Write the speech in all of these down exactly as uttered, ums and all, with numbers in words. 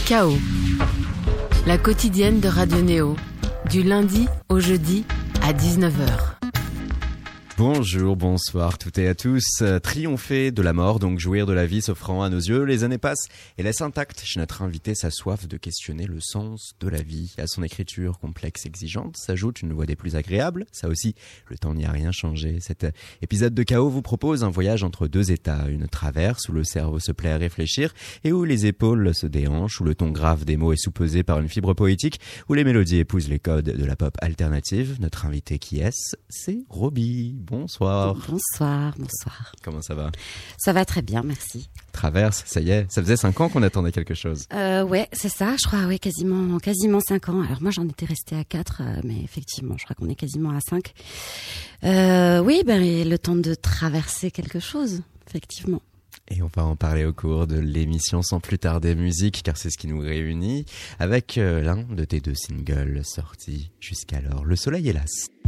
K O, la quotidienne de Radio Néo, du lundi au jeudi à dix-neuf heures. Bonjour, bonsoir toutes et à tous. Triompher de la mort, donc jouir de la vie s'offrant à nos yeux, les années passent et laissent intacte chez notre invité sa soif de questionner le sens de la vie. À son écriture complexe exigeante s'ajoute une voix des plus agréables. Ça aussi, le temps n'y a rien changé. Cet épisode de K O vous propose un voyage entre deux états, une traverse où le cerveau se plaît à réfléchir et où les épaules se déhanchent, où le ton grave des mots est soupesé par une fibre poétique, où les mélodies épousent les codes de la pop alternative. Notre invité qui est-ce ? C'est Roby. Bonsoir. Bonsoir, bonsoir. Comment ça va ? Ça va très bien, merci. Traverse, ça y est, ça faisait cinq ans qu'on attendait quelque chose. Euh, ouais, c'est ça, je crois, ouais, quasiment, quasiment cinq ans. Alors moi, j'en étais restée à quatre, euh, mais effectivement, je crois qu'on est quasiment à cinq. Euh, oui, ben, le temps de traverser quelque chose, effectivement. Et on va en parler au cours de l'émission sans plus tarder musique, car c'est ce qui nous réunit, avec euh, l'un de tes deux singles sortis jusqu'alors, Le Soleil hélas.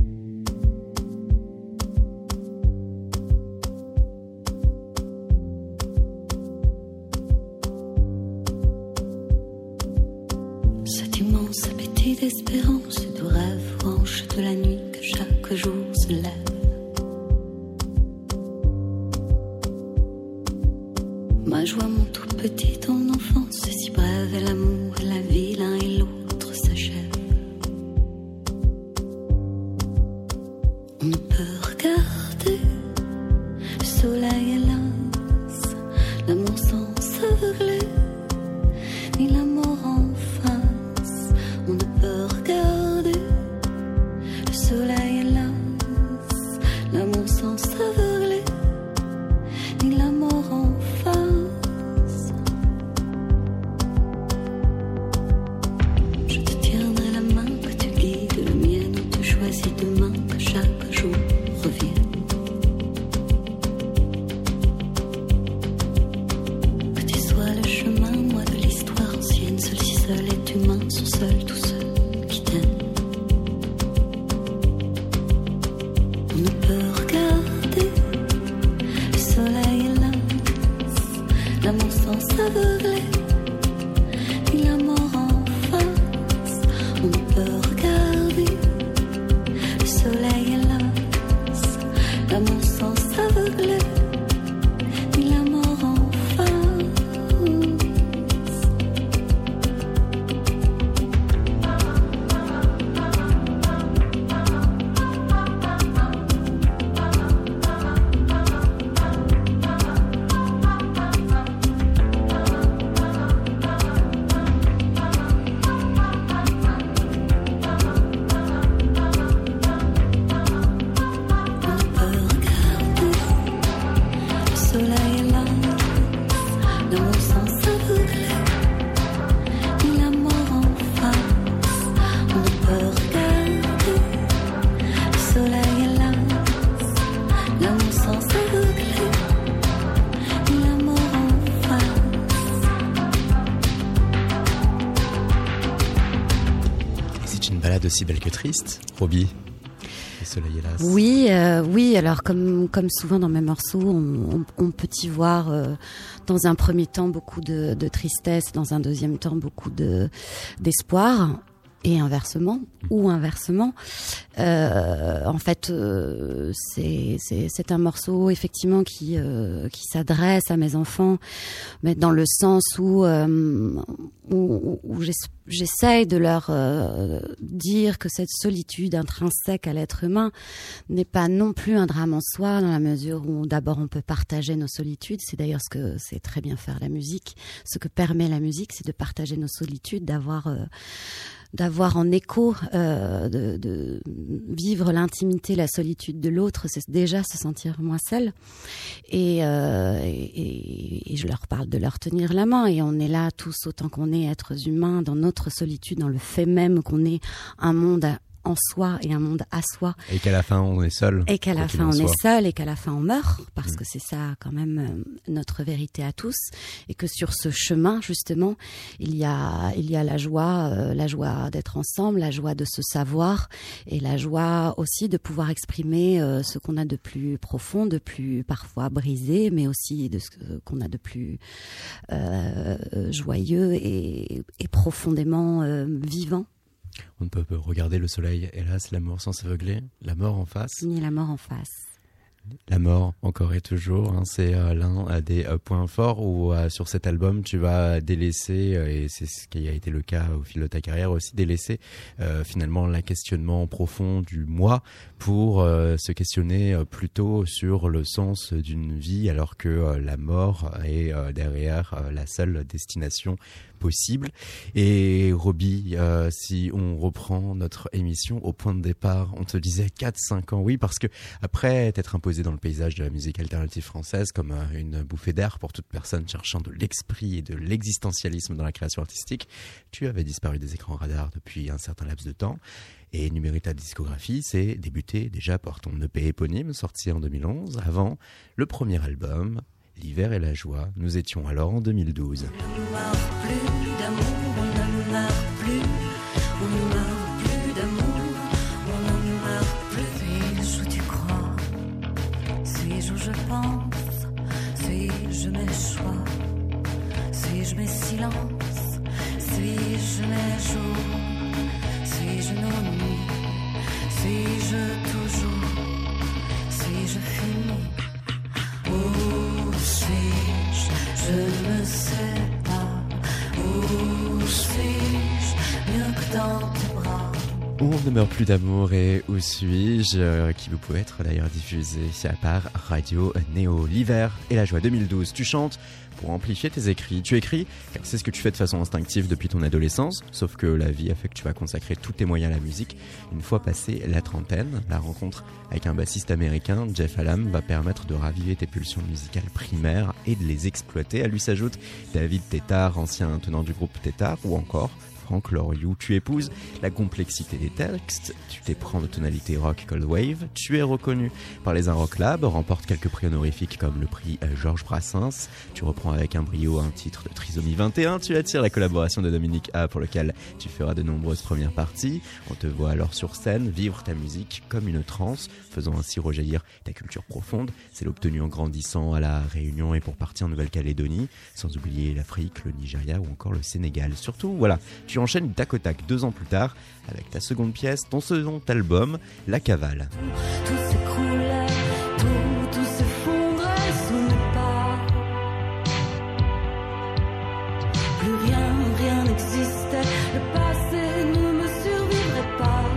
Cet immense appétit d'espérance et de rêve aux hanches de la nuit que chaque jour se lève. Ma joie, mon tout petit en enfance, est si brève et l'amour et la vie, l'un et l'autre s'achèvent. On ne peut regarder le soleil hélas, l'amour sans s'aveugler, ni la mort en face. On ne peut regarder le soleil hélas, l'amour sans s'aveugler, ni la mort en face. Je te tiendrai la main, que tu guides la mienne, ou tu choisis demain, que chaque jour revienne. Que tu sois le chemin, moi de l'histoire ancienne, seul si seul est humain, sont seuls tous ceux qui t'aiment. On ne peut regarder le soleil hélas, l'amour sans s'aveugler, ni la mort en face. On ne peut regarder le soleil hélas, l'amour sans s'aveugler, ni la mort en face. Aussi belle que triste, Roby. Le soleil hélas. Oui, euh, oui. Alors comme comme souvent dans mes morceaux, on, on, on peut y voir euh, dans un premier temps beaucoup de, de tristesse, dans un deuxième temps beaucoup de d'espoir. Et inversement, ou inversement, euh, en fait, euh, c'est, c'est, c'est un morceau effectivement qui euh, qui s'adresse à mes enfants, mais dans le sens où euh, où, où j'essaye de leur euh, dire que cette solitude intrinsèque à l'être humain n'est pas non plus un drame en soi, dans la mesure où d'abord on peut partager nos solitudes. C'est d'ailleurs ce que c'est très bien faire la musique. Ce que permet la musique, c'est de partager nos solitudes, d'avoir euh, d'avoir en écho, euh, de, de vivre l'intimité, la solitude de l'autre, c'est déjà se sentir moins seul. Et, euh, et, et je leur parle de leur tenir la main. Et on est là tous autant qu'on est êtres humains, dans notre solitude, dans le fait même qu'on est un monde en soi et un monde à soi. Et qu'à la fin on est seul. Et qu'à la fin on soit. est seul et qu'à la fin on meurt, parce mmh. que c'est ça quand même euh, notre vérité à tous. Et que sur ce chemin justement, il y a il y a la joie, euh, la joie d'être ensemble, la joie de se savoir et la joie aussi de pouvoir exprimer euh, ce qu'on a de plus profond, de plus parfois brisé, mais aussi de ce qu'on a de plus euh, joyeux et, et profondément euh, vivant. On ne peut pas regarder le soleil, hélas, la mort sans s'aveugler, la mort en face. Ni la mort en face. La mort, encore et toujours, hein, c'est euh, l'un euh, des euh, points forts où euh, sur cet album tu vas délaisser, euh, et c'est ce qui a été le cas au fil de ta carrière aussi, délaisser euh, finalement le questionnement profond du moi pour euh, se questionner euh, plutôt sur le sens d'une vie, alors que euh, la mort est euh, derrière euh, la seule destination possible. Et Roby, euh, si on reprend notre émission au point de départ, on te disait quatre cinq ans, oui, parce que après t'être imposé dans le paysage de la musique alternative française comme euh, une bouffée d'air pour toute personne cherchant de l'esprit et de l'existentialisme dans la création artistique, tu avais disparu des écrans radars depuis un certain laps de temps. Et Numérita Discographie, c'est débuté déjà par ton E P éponyme sorti en deux mille onze, avant le premier album, L'hiver et la joie. Nous étions alors en deux mille douze. On ne meurt plus d'amour, on ne meurt plus, on ne meurt plus d'amour, on ne meurt plus. Suis-je où tu crois, suis-je où je pense, suis-je mes choix, suis-je mes silences, suis-je mes jours, suis-je nos nuits, suis-je toujours, suis-je fini, où suis-je, je ne sais pas, où suis-je, mieux que dans tes bras. Où on ne meurt plus d'amour et Où suis-je, euh, qui vous pouvez être d'ailleurs diffusé par Radio Néo. L'hiver et la joie deux mille douze, tu chantes pour amplifier tes écrits. Tu écris car c'est ce que tu fais de façon instinctive depuis ton adolescence, sauf que la vie a fait que tu vas consacrer tous tes moyens à la musique. Une fois passé la trentaine, la rencontre avec un bassiste américain, Jeff Hallam, va permettre de raviver tes pulsions musicales primaires et de les exploiter. À lui s'ajoute David Tétard, ancien tenant du groupe Tétard, ou encore Franck Loriou. Tu épouses la complexité des textes, tu t'éprends de tonalité rock Cold Wave, tu es reconnu par les Un Rock Lab, remporte quelques prix honorifiques comme le prix Georges Brassens, tu reprends avec un brio un titre de Trisomie vingt et un, tu attires la collaboration de Dominique A pour lequel tu feras de nombreuses premières parties. On te voit alors sur scène vivre ta musique comme une transe, faisant ainsi rejaillir ta culture profonde. C'est l'obtenu en grandissant à la Réunion et pour partir en Nouvelle-Calédonie, sans oublier l'Afrique, le Nigeria ou encore le Sénégal. Surtout, voilà, tu enchaînes tac au tac deux ans plus tard avec ta seconde pièce, ton second album, La Cavale. Tout s'écroulait, tout, tout s'effondrait sous mes pas. Plus rien, rien n'existait, le passé ne me survivrait pas.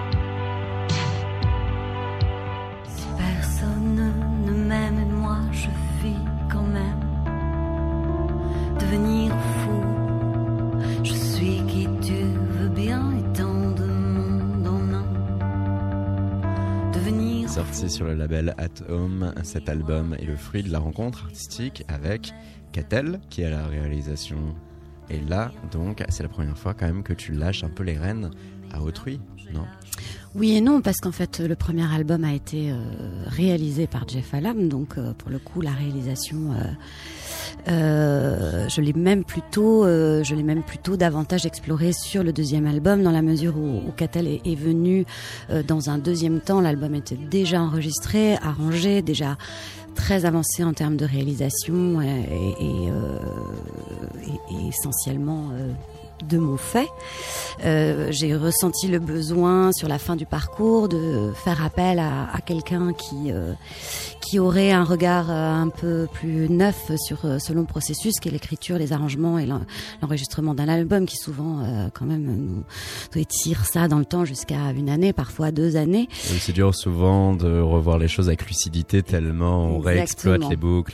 Si personne ne m'aime et moi je vis quand même, devenir fou, je suis qui tu veux bien et tant de monde en un. Devenir Sorti sur le label At Home, cet album est le fruit de la rencontre artistique avec Catel, qui est à la réalisation. Et là, donc, c'est la première fois quand même que tu lâches un peu les rênes à autrui, non ? Oui et non, parce qu'en fait, le premier album a été euh, réalisé par Jeff Hallam, donc euh, pour le coup, la réalisation, euh, euh, je l'ai même plutôt, euh, je l'ai même plutôt davantage exploré sur le deuxième album, dans la mesure où, où Catel est, est venu euh, dans un deuxième temps. L'album était déjà enregistré, arrangé, déjà très avancé en termes de réalisation et, et, euh, et, et essentiellement euh, de mon fait. Euh, j'ai ressenti le besoin sur la fin du parcours de faire appel à, à quelqu'un qui euh, qui aurait un regard euh, un peu plus neuf sur euh, ce long processus qu'est l'écriture, les arrangements et l'enregistrement d'un album qui souvent euh, quand même nous, nous étire ça dans le temps jusqu'à une année, parfois deux années. Oui, c'est dur souvent de revoir les choses avec lucidité tellement on Exactement. réexploite les boucles.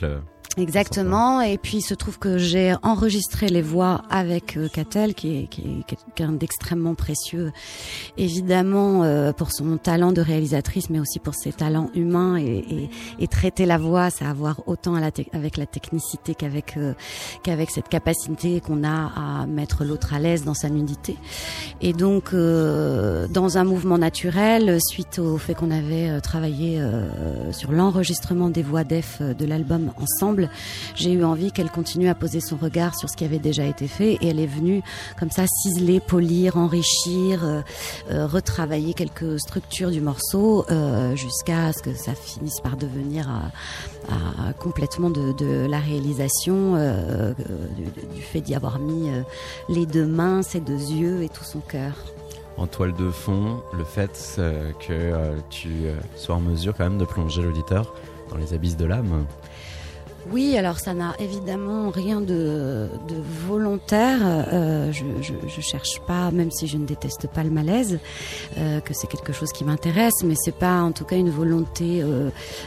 Exactement, et puis il se trouve que j'ai enregistré les voix avec euh, Catel, qui est, qui est quelqu'un d'extrêmement précieux, évidemment euh, pour son talent de réalisatrice, mais aussi pour ses talents humains, et, et, et traiter la voix, ça a à voir autant à la te- avec la technicité qu'avec euh, qu'avec cette capacité qu'on a à mettre l'autre à l'aise dans sa nudité. Et donc, euh, dans un mouvement naturel, suite au fait qu'on avait euh, travaillé euh, sur l'enregistrement des voix d'Ef de l'album ensemble, j'ai eu envie qu'elle continue à poser son regard sur ce qui avait déjà été fait, et elle est venue comme ça ciseler, polir, enrichir, euh, euh, retravailler quelques structures du morceau euh, jusqu'à ce que ça finisse par devenir à, à, complètement de, de la réalisation euh, du, du fait d'y avoir mis euh, les deux mains, ses deux yeux et tout son cœur. En toile de fond, le fait euh, que euh, tu euh, sois en mesure quand même de plonger l'auditeur dans les abysses de l'âme. Oui, alors ça n'a évidemment rien de, de volontaire. Euh, je, je, je cherche pas, même si je ne déteste pas le malaise, euh, que c'est quelque chose qui m'intéresse, mais c'est pas en tout cas une volonté euh,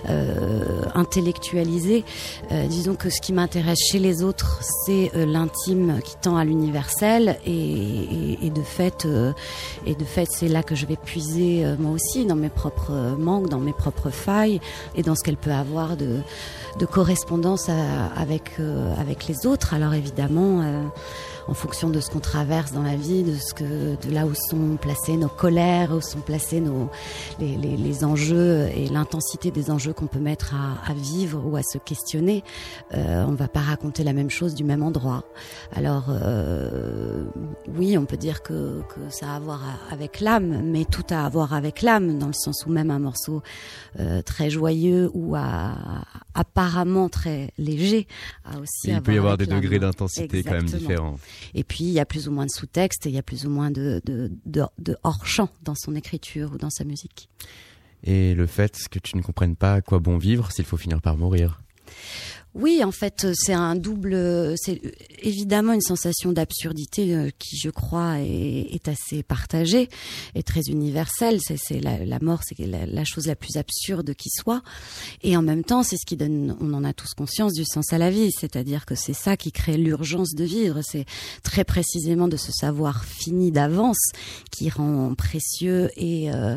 euh, intellectualisée. Euh, disons que ce qui m'intéresse chez les autres, c'est euh, l'intime qui tend à l'universel, et, et, et de fait, euh, et de fait, c'est là que je vais puiser euh, moi aussi dans mes propres manques, dans mes propres failles, et dans ce qu'elle peut avoir de, de correspondance À, avec euh, avec les autres. Alors évidemment, euh, en fonction de ce qu'on traverse dans la vie, de ce que de là où sont placées nos colères, où sont placés nos les, les, les enjeux et l'intensité des enjeux qu'on peut mettre à, à vivre ou à se questionner, euh, on va pas raconter la même chose du même endroit. Alors euh, oui, on peut dire que que ça a à voir avec l'âme, mais tout a à voir avec l'âme, dans le sens où même un morceau euh, très joyeux ou à, apparemment très léger a aussi. Il peut y avoir des l'âme. Degrés d'intensité Exactement. Quand même différents. Et puis il y a plus ou moins de sous-texte, et il y a plus ou moins de, de, de, de hors-champ dans son écriture ou dans sa musique. Et le fait que tu ne comprennes pas à quoi bon vivre s'il faut finir par mourir. Oui, en fait, c'est un double, c'est évidemment une sensation d'absurdité euh, qui, je crois, est, est assez partagée et très universelle. C'est, c'est la, la mort, c'est la, la chose la plus absurde qui soit. Et en même temps, c'est ce qui donne, on en a tous conscience, du sens à la vie. C'est-à-dire que c'est ça qui crée l'urgence de vivre. C'est très précisément de ce savoir fini d'avance qui rend précieux et, euh,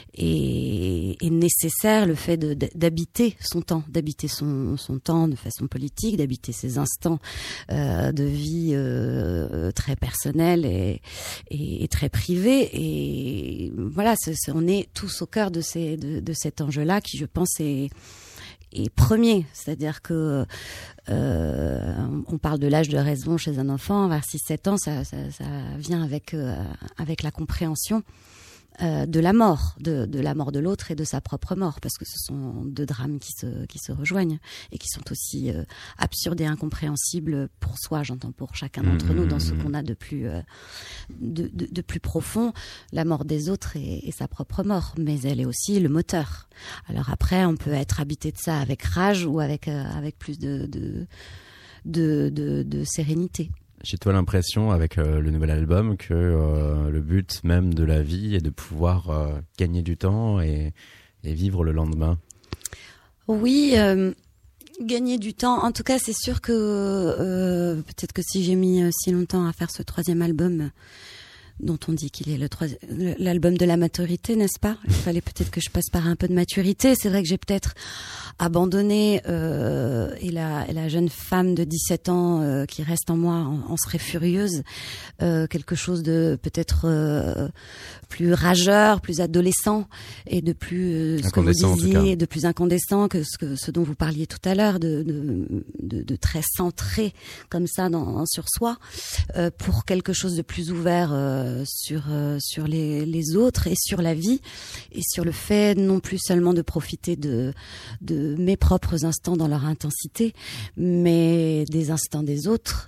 et, et nécessaire le fait de, d'habiter son temps, d'habiter son, son temps de façon politique, d'habiter ses instants euh, de vie euh, très personnels et, et, et très privés. Et voilà, c'est, c'est, on est tous au cœur de, ces, de, de cet enjeu-là qui, je pense, est, est premier. C'est-à-dire que euh, on parle de l'âge de raison chez un enfant, vers six sept ans, ça, ça, ça vient avec, euh, avec la compréhension Euh, de la mort, de, de la mort de l'autre et de sa propre mort, parce que ce sont deux drames qui se, qui se rejoignent et qui sont aussi euh, absurdes et incompréhensibles pour soi, j'entends pour chacun d'entre mmh, nous, dans ce qu'on a de plus, euh, de, de, de plus profond, la mort des autres et, et sa propre mort, mais elle est aussi le moteur. Alors après, on peut être habité de ça avec rage ou avec, euh, avec plus de, de, de, de, de sérénité. J'ai toi l'impression avec euh, le nouvel album que euh, le but même de la vie est de pouvoir euh, gagner du temps et, et vivre le lendemain. Oui, euh, gagner du temps. En tout cas, c'est sûr que euh, peut-être que si j'ai mis euh, si longtemps à faire ce troisième album, euh, dont on dit qu'il est le troisième, l'album de la maturité, n'est-ce pas ? Il fallait peut-être que je passe par un peu de maturité. C'est vrai que j'ai peut-être abandonné euh, et, la, et la jeune femme de dix-sept ans euh, qui reste en moi en, en serait furieuse. Euh, quelque chose de peut-être euh, plus rageur, plus adolescent et de plus euh, ce que vous disiez, de plus incandescent que ce, que ce dont vous parliez tout à l'heure, de, de, de, de très centré comme ça dans, sur soi, euh, pour quelque chose de plus ouvert euh, sur euh, sur les, les autres et sur la vie et sur le fait non plus seulement de profiter de de mes propres instants dans leur intensité, mais des instants des autres,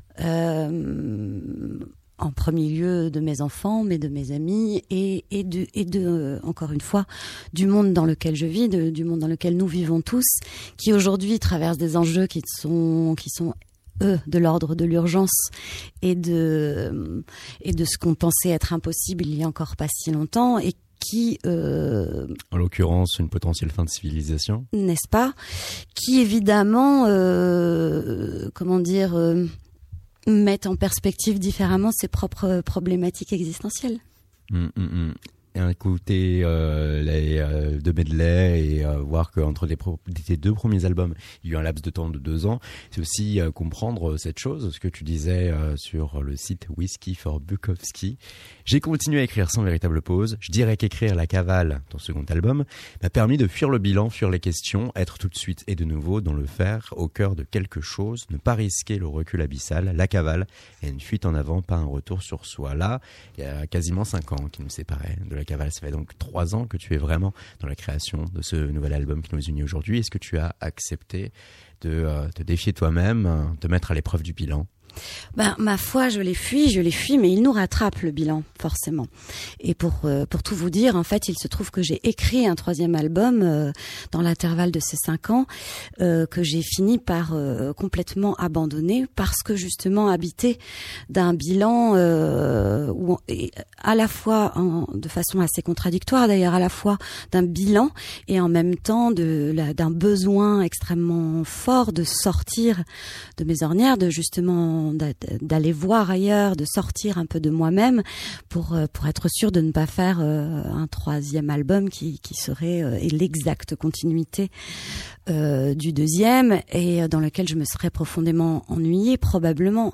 euh, en premier lieu de mes enfants, mais de mes amis et, et de, et de euh, encore une fois, du monde dans lequel je vis, de, du monde dans lequel nous vivons tous, qui aujourd'hui traverse des enjeux qui sont, qui sont eux, de l'ordre de l'urgence et de, et de ce qu'on pensait être impossible il y a encore pas si longtemps et qui, euh, en l'occurrence, une potentielle fin de civilisation, n'est-ce pas, qui évidemment, euh, comment dire, euh, met en perspective différemment ses propres problématiques existentielles. Mmh, mmh, mmh. Écouter euh, les euh, deux medley et euh, voir qu'entre les, pro- les deux premiers albums, il y a eu un laps de temps de deux ans. C'est aussi euh, comprendre cette chose, ce que tu disais euh, sur le site Whiskey for Bukowski. J'ai continué à écrire sans véritable pause. Je dirais qu'écrire La Cavale, ton second album, m'a permis de fuir le bilan, fuir les questions, être tout de suite et de nouveau dans le faire, au cœur de quelque chose, ne pas risquer le recul abyssal. La Cavale est une fuite en avant, pas un retour sur soi. Là, il y a quasiment cinq ans qui nous séparaient de La Cavale. Ça fait donc trois ans que tu es vraiment dans la création de ce nouvel album qui nous unit aujourd'hui. Est-ce que tu as accepté de euh, te défier toi-même, euh, de mettre à l'épreuve du bilan ? Ben, ma foi, je l'ai fui, je l'ai fui, mais il nous rattrape le bilan, forcément. Et pour euh, pour tout vous dire, en fait, il se trouve que j'ai écrit un troisième album euh, dans l'intervalle de ces cinq ans, euh, que j'ai fini par euh, complètement abandonner parce que justement habité d'un bilan euh, où, et à la fois en, de façon assez contradictoire d'ailleurs, à la fois d'un bilan et en même temps de la, d'un besoin extrêmement fort de sortir de mes ornières, de justement d'aller voir ailleurs, de sortir un peu de moi-même pour pour être sûr de ne pas faire euh, un troisième album qui qui serait euh, l'exacte continuité euh, du deuxième et dans lequel je me serais profondément ennuyée probablement.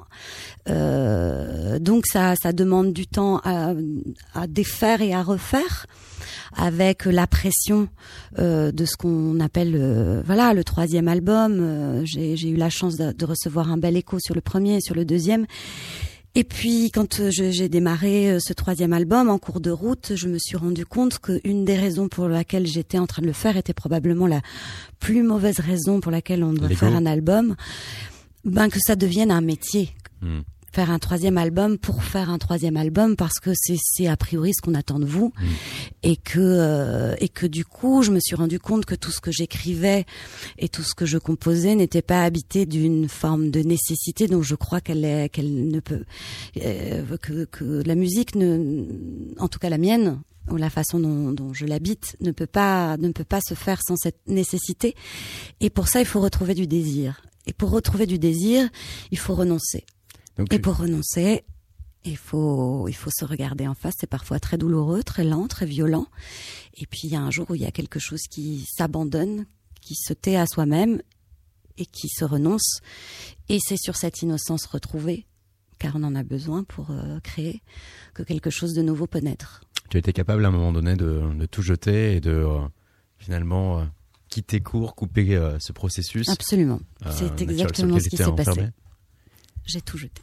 Euh, donc ça ça demande du temps à à défaire et à refaire avec la pression euh, de ce qu'on appelle euh, voilà le troisième album. Euh, j'ai j'ai eu la chance de, de recevoir un bel écho sur le premier et sur le deuxième. Et puis quand je, j'ai démarré ce troisième album en cours de route, je me suis rendu compte qu'une des raisons pour laquelle j'étais en train de le faire était probablement la plus mauvaise raison pour laquelle on doit L'ego. faire un album, ben que ça devienne un métier. Mmh. Faire un troisième album pour faire un troisième album parce que c'est c'est a priori ce qu'on attend de vous mmh. et que euh, et que du coup je me suis rendu compte que tout ce que j'écrivais et tout ce que je composais n'était pas habité d'une forme de nécessité dont je crois qu'elle est qu'elle ne peut euh, que que la musique ne en tout cas la mienne ou la façon dont, dont je l'habite ne peut pas ne peut pas se faire sans cette nécessité et pour ça il faut retrouver du désir et pour retrouver du désir il faut renoncer. Donc, et pour renoncer, il faut, il faut se regarder en face. C'est parfois très douloureux, très lent, très violent. Et puis, il y a un jour où il y a quelque chose qui s'abandonne, qui se tait à soi-même et qui se renonce. Et c'est sur cette innocence retrouvée, car on en a besoin pour euh, créer, que quelque chose de nouveau peut naître. Tu as été capable à un moment donné de, de tout jeter et de euh, finalement euh, quitter court, couper euh, ce processus. Absolument. Euh, c'est exactement ce qui s'est passé. Enfermé. J'ai tout jeté.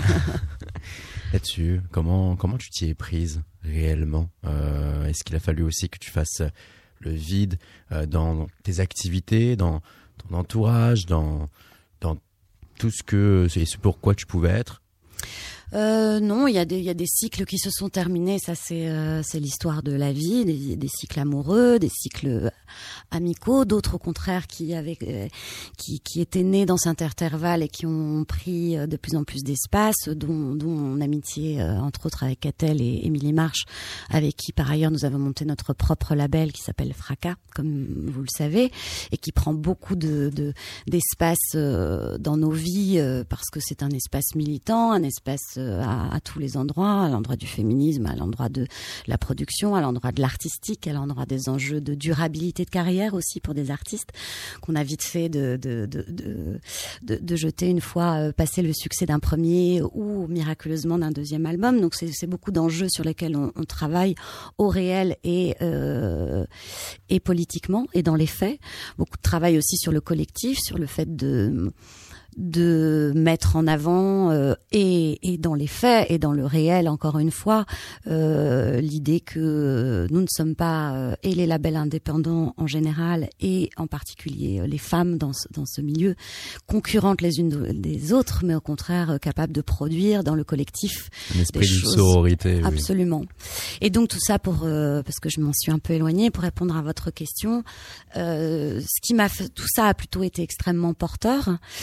Là-dessus, comment comment tu t'y es prise réellement euh, Est-ce qu'il a fallu aussi que tu fasses le vide euh, dans tes activités, dans ton entourage, dans dans tout ce que et ce pourquoi tu pouvais être? Euh, non, il y a des il y a des cycles qui se sont terminés. Ça c'est euh, c'est l'histoire de la vie, des, des cycles amoureux, des cycles amicaux, d'autres au contraire qui avaient euh, qui qui étaient nés dans cet intervalle et qui ont pris de plus en plus d'espace, dont dont mon amitié euh, entre autres avec Catel et Émilie Marche, avec qui par ailleurs nous avons monté notre propre label qui s'appelle Fracas, comme vous le savez, et qui prend beaucoup de de d'espace euh, dans nos vies euh, parce que c'est un espace militant, un espace À, à tous les endroits, à l'endroit du féminisme, à l'endroit de la production, à l'endroit de l'artistique, à l'endroit des enjeux de durabilité de carrière aussi pour des artistes qu'on a vite fait de de de de, de, de jeter une fois euh, passé le succès d'un premier ou miraculeusement d'un deuxième album. Donc c'est, c'est beaucoup d'enjeux sur lesquels on, on travaille au réel et euh, et politiquement et dans les faits. Beaucoup de travail aussi sur le collectif, sur le fait de de mettre en avant euh, et, et dans les faits et dans le réel encore une fois euh, l'idée que nous ne sommes pas euh, et les labels indépendants en général et en particulier euh, les femmes dans ce, dans ce milieu concurrentes les unes des autres mais au contraire euh, capables de produire dans le collectif un esprit de sororité. Absolument. Oui. Et donc tout ça pour euh, parce que je m'en suis un peu éloignée pour répondre à votre question. Euh, ce qui m'a fait, tout ça a plutôt été extrêmement porteur. Euh,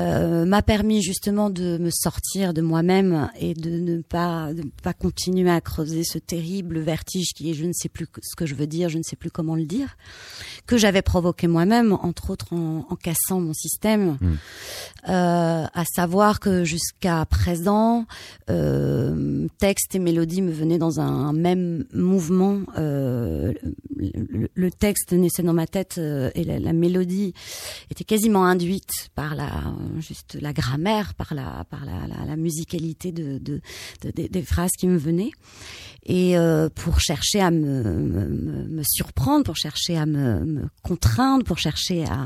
euh, m'a permis justement de me sortir de moi-même et de ne pas, de ne pas continuer à creuser ce terrible vertige qui est je ne sais plus ce que je veux dire, je ne sais plus comment le dire, que j'avais provoqué moi-même, entre autres en, en cassant mon système, mmh. euh, à savoir que jusqu'à présent, euh, texte et mélodie me venaient dans un, un même mouvement. Euh, le, le texte naissait dans ma tête euh, et la, la mélodie était quasiment induite par la juste la grammaire, par la par la, la, la musicalité de, de, de, de des phrases qui me venaient. Et euh, pour chercher à me, me, me surprendre, pour chercher à me, me contraindre, pour chercher à,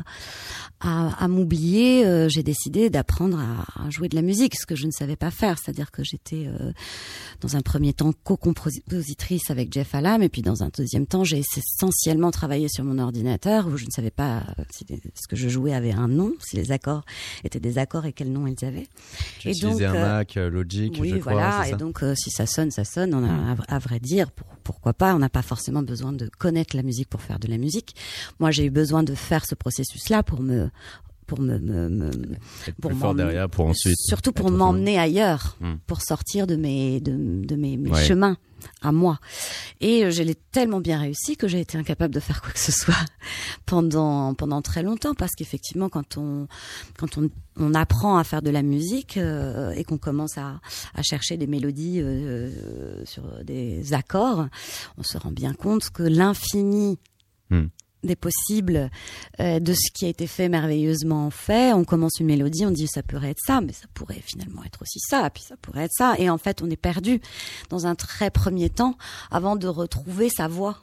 à, à m'oublier, euh, j'ai décidé d'apprendre à, à jouer de la musique, ce que je ne savais pas faire. C'est-à-dire que j'étais euh, dans un premier temps co-compositrice avec Jeff Hallam, et puis dans un deuxième temps, j'ai essentiellement travaillé sur mon ordinateur où je ne savais pas si les, ce que je jouais avait un nom, si les accords étaient des accords et quel nom ils avaient. Tu et utilisais donc, un euh, Mac, Logic, oui, je crois, voilà, c'est ça ? Et donc euh, si ça sonne, ça sonne. On a mmh. à vrai dire, pour, pourquoi pas, on n'a pas forcément besoin de connaître la musique pour faire de la musique. Moi, j'ai eu besoin de faire ce processus-là pour me pour me, me, me pour plus fort derrière pour ensuite surtout pour m'emmener ailleurs, mmh. pour sortir de mes de, de mes, mes ouais. chemins à moi. Et je l'ai tellement bien réussi que j'ai été incapable de faire quoi que ce soit pendant pendant très longtemps, parce qu'effectivement quand on quand on on apprend à faire de la musique euh, et qu'on commence à à chercher des mélodies euh, sur des accords, on se rend bien compte que l'infini mmh. des possibles, euh, de ce qui a été fait merveilleusement fait. On commence une mélodie, on dit ça pourrait être ça, mais ça pourrait finalement être aussi ça, puis ça pourrait être ça. Et en fait, on est perdu dans un très premier temps avant de retrouver sa voix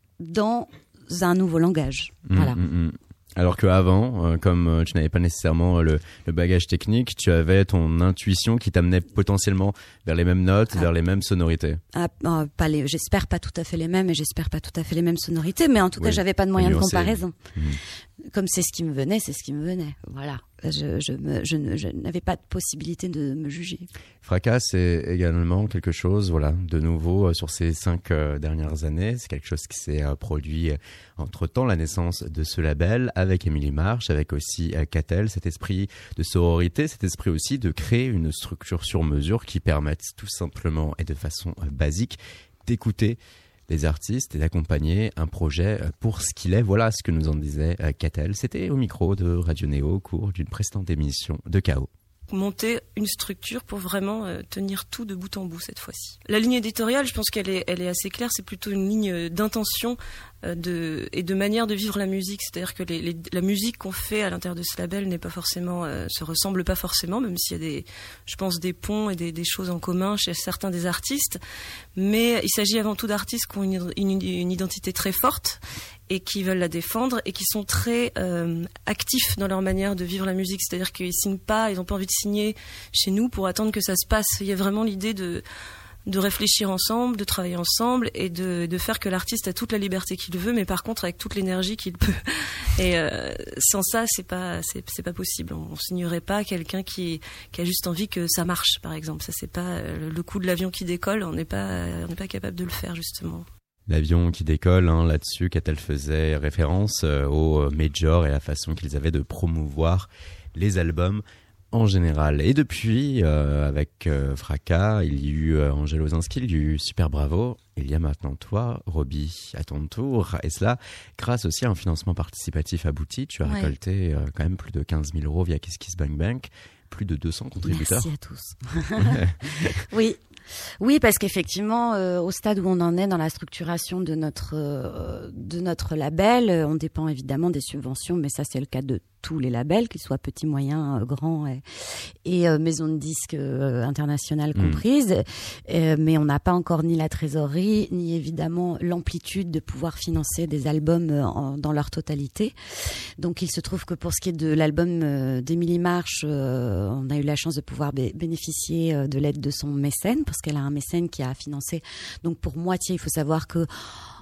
dans un nouveau langage. Mmh, voilà. Mmh, mmh. Alors qu'avant, euh, comme euh, tu n'avais pas nécessairement le, le bagage technique, tu avais ton intuition qui t'amenait potentiellement vers les mêmes notes, ah. vers les mêmes sonorités. Ah, euh, pas les, j'espère pas tout à fait les mêmes, et j'espère pas tout à fait les mêmes sonorités, mais en tout oui. cas, j'avais pas de moyen de comparaison. Mmh. Comme c'est ce qui me venait, c'est ce qui me venait. Voilà. Je, je, me, je, ne, je n'avais pas de possibilité de me juger. Fracas, c'est également quelque chose, voilà, de nouveau sur ces cinq euh, dernières années. C'est quelque chose qui s'est euh, produit euh, entre-temps, la naissance de ce label avec Émilie March, avec aussi euh, Catel, cet esprit de sororité, cet esprit aussi de créer une structure sur mesure qui permette tout simplement et de façon euh, basique d'écouter les artistes et d'accompagner un projet pour ce qu'il est. Voilà ce que nous en disait Catel. C'était au micro de Radio Néo au cours d'une précédente émission de K O. Monter une structure pour vraiment euh, tenir tout de bout en bout cette fois-ci. La ligne éditoriale, je pense qu'elle est, elle est assez claire, c'est plutôt une ligne d'intention euh, de, et de manière de vivre la musique. C'est-à-dire que les, les, la musique qu'on fait à l'intérieur de ce label n'est pas forcément, euh, se ressemble pas forcément, même s'il y a des, je pense, des ponts et des, des choses en commun chez certains des artistes. Mais il s'agit avant tout d'artistes qui ont une, une, une identité très forte et qui veulent la défendre et qui sont très euh, actifs dans leur manière de vivre la musique. C'est-à-dire qu'ils signent pas, ils n'ont pas envie de signer chez nous pour attendre que ça se passe. Il y a vraiment l'idée de, de réfléchir ensemble, de travailler ensemble et de, de faire que l'artiste a toute la liberté qu'il veut, mais par contre avec toute l'énergie qu'il peut. Et euh, sans ça, c'est pas, c'est, c'est pas possible. On, on signerait pas quelqu'un qui, qui a juste envie que ça marche, par exemple. Ça, c'est pas le coup de l'avion qui décolle. On n'est pas, on n'est pas capable de le faire, justement. L'avion qui décolle, hein, là-dessus, Catel faisait référence euh, aux majors et à la façon qu'ils avaient de promouvoir les albums en général. Et depuis, euh, avec euh, Fracas, il y a eu euh, Angèle Ozinski, il y a eu Super Bravo, il y a maintenant toi, Roby, à ton tour. Et cela, grâce aussi à un financement participatif abouti, tu as ouais. récolté euh, quand même plus de quinze mille euros via Kiss Kiss Bank Bank, plus de deux cents contributeurs. Merci à tous. Oui. Oui, parce qu'effectivement, euh, au stade où on en est dans la structuration de notre euh, de notre label, on dépend évidemment des subventions, mais ça c'est le cas de tous les labels, qu'ils soient petits, moyens, euh, grands et, et euh, maisons de disques euh, internationales mmh. comprises. Euh, mais on n'a pas encore ni la trésorerie, ni évidemment l'amplitude de pouvoir financer des albums euh, en, dans leur totalité. Donc il se trouve que pour ce qui est de l'album euh, d'Émilie March, euh, on a eu la chance de pouvoir bé- bénéficier euh, de l'aide de son mécène, parce qu'elle a un mécène qui a financé. Donc pour moitié, il faut savoir que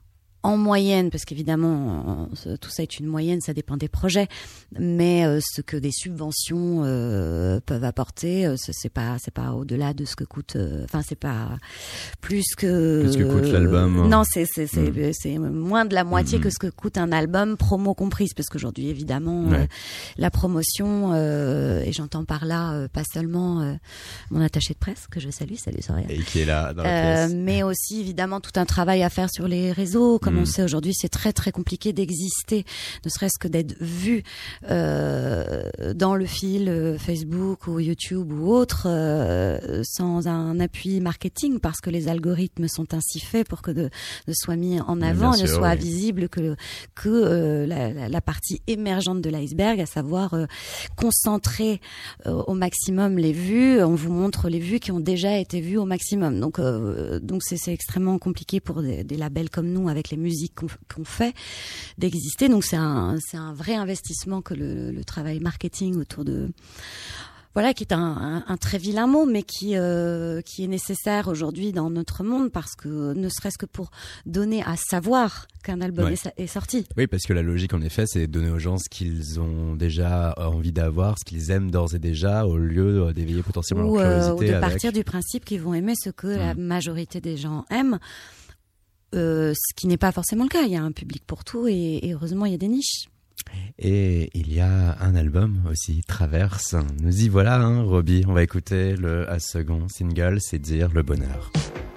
en moyenne, parce qu'évidemment euh, tout ça est une moyenne, ça dépend des projets, mais euh, ce que des subventions euh, peuvent apporter, euh, c'est pas c'est pas au-delà de ce que coûte, enfin euh, c'est pas plus que plus que coûte l'album. Euh, non, c'est c'est c'est, mmh. c'est moins de la moitié mmh. que ce que coûte un album, promo comprise, parce qu'aujourd'hui évidemment ouais. euh, la promotion euh, et j'entends par là euh, pas seulement euh, mon attaché de presse que je salue, salut Soraya, et qui est là dans la euh, pièce, mais aussi évidemment tout un travail à faire sur les réseaux. Comme mmh. on sait aujourd'hui, c'est très très compliqué d'exister, ne serait-ce que d'être vu euh, dans le fil euh, Facebook ou YouTube ou autre euh, sans un appui marketing, parce que les algorithmes sont ainsi faits pour que de, de soit mis en avant, et ne soit oui. visible que que euh, la, la, la partie émergente de l'iceberg, à savoir euh, concentrer euh, au maximum les vues. On vous montre les vues qui ont déjà été vues au maximum. Donc euh, donc c'est, c'est extrêmement compliqué pour des, des labels comme nous, avec les musiques qu'on, qu'on fait, d'exister. Donc c'est un c'est un vrai investissement que le, le travail marketing autour de voilà, qui est un, un, un très vilain mot, mais qui euh, qui est nécessaire aujourd'hui dans notre monde, parce que ne serait-ce que pour donner à savoir qu'un album ouais. est, est sorti. Oui, parce que la logique en effet, c'est de donner aux gens ce qu'ils ont déjà envie d'avoir, ce qu'ils aiment d'ores et déjà, au lieu d'éveiller potentiellement ou, leur curiosité. Euh, ou de avec... partir du principe qu'ils vont aimer ce que mmh. la majorité des gens aiment. Euh, ce qui n'est pas forcément le cas. Il y a un public pour tout, et, et heureusement il y a des niches. Et il y a un album aussi, Traverse. Nous y voilà, hein, Robbie. On va écouter le second single, c'est Dire le bonheur.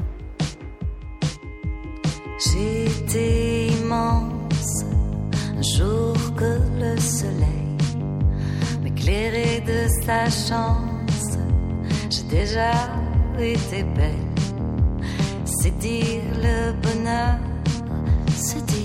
J'étais immense, un jour que le soleil m'éclairait de sa chance. J'ai déjà été belle. C'est dire le bonheur, c'est dire.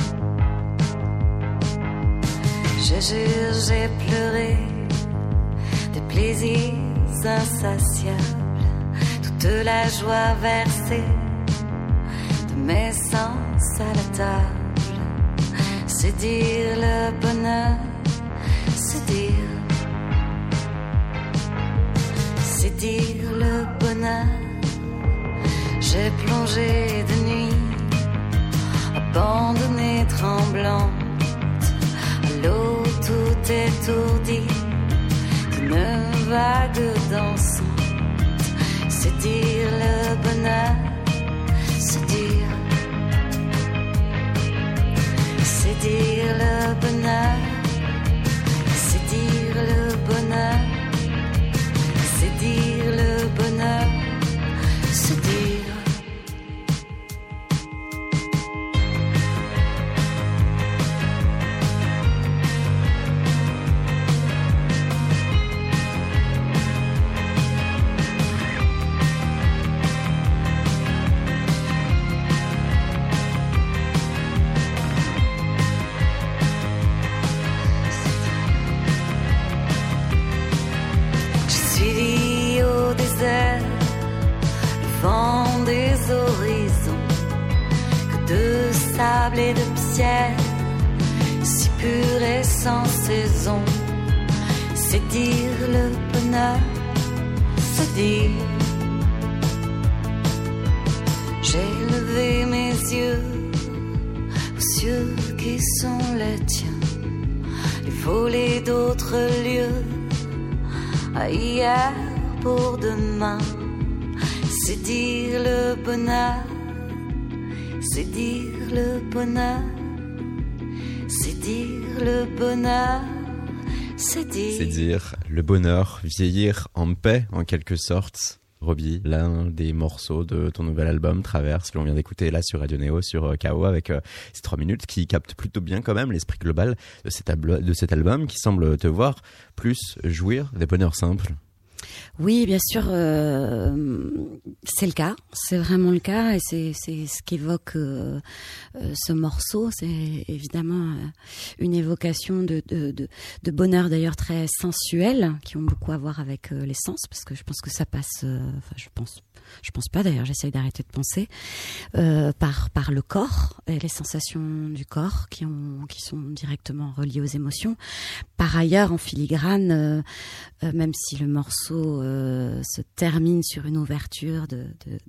Je jure, j'ai pleuré des plaisirs insatiables, toute la joie versée de mes sens à la table. C'est dire le bonheur, c'est dire. C'est dire le bonheur. J'ai plongé de nuit, abandonnée, tremblante, à l'eau tout étourdi, d'une vague dansante. C'est dire le bonheur, c'est dire. C'est dire le bonheur, c'est dire le bonheur, c'est dire le bonheur, c'est dire. Et de pierre, si pur et sans saison. C'est dire le bonheur, c'est dire. J'ai levé mes yeux aux cieux qui sont les tiens, les volets d'autres lieux, à hier pour demain. C'est dire le bonheur, c'est dire le bonheur, c'est dire le bonheur, c'est dire. C'est dire le bonheur, vieillir en paix en quelque sorte. Robbie, l'un des morceaux de ton nouvel album Traverse, que l'on vient d'écouter là sur Radio Néo, sur K O, avec euh, ces trois minutes qui captent plutôt bien quand même l'esprit global de cet, ablo- de cet album, qui semble te voir plus jouir des bonheurs simples. Oui, bien sûr, euh, c'est le cas, c'est vraiment le cas, et c'est, c'est ce qu'évoque euh, euh, ce morceau. C'est évidemment euh, une évocation de, de, de, de bonheur, d'ailleurs très sensuel, qui ont beaucoup à voir avec euh, les sens, parce que je pense que ça passe, euh, enfin je pense, je pense pas d'ailleurs, j'essaye d'arrêter de penser, euh, par par le corps et les sensations du corps qui ont qui sont directement reliées aux émotions. Par ailleurs, en filigrane, euh, euh, même si le morceau euh, se termine sur une ouverture de, de, de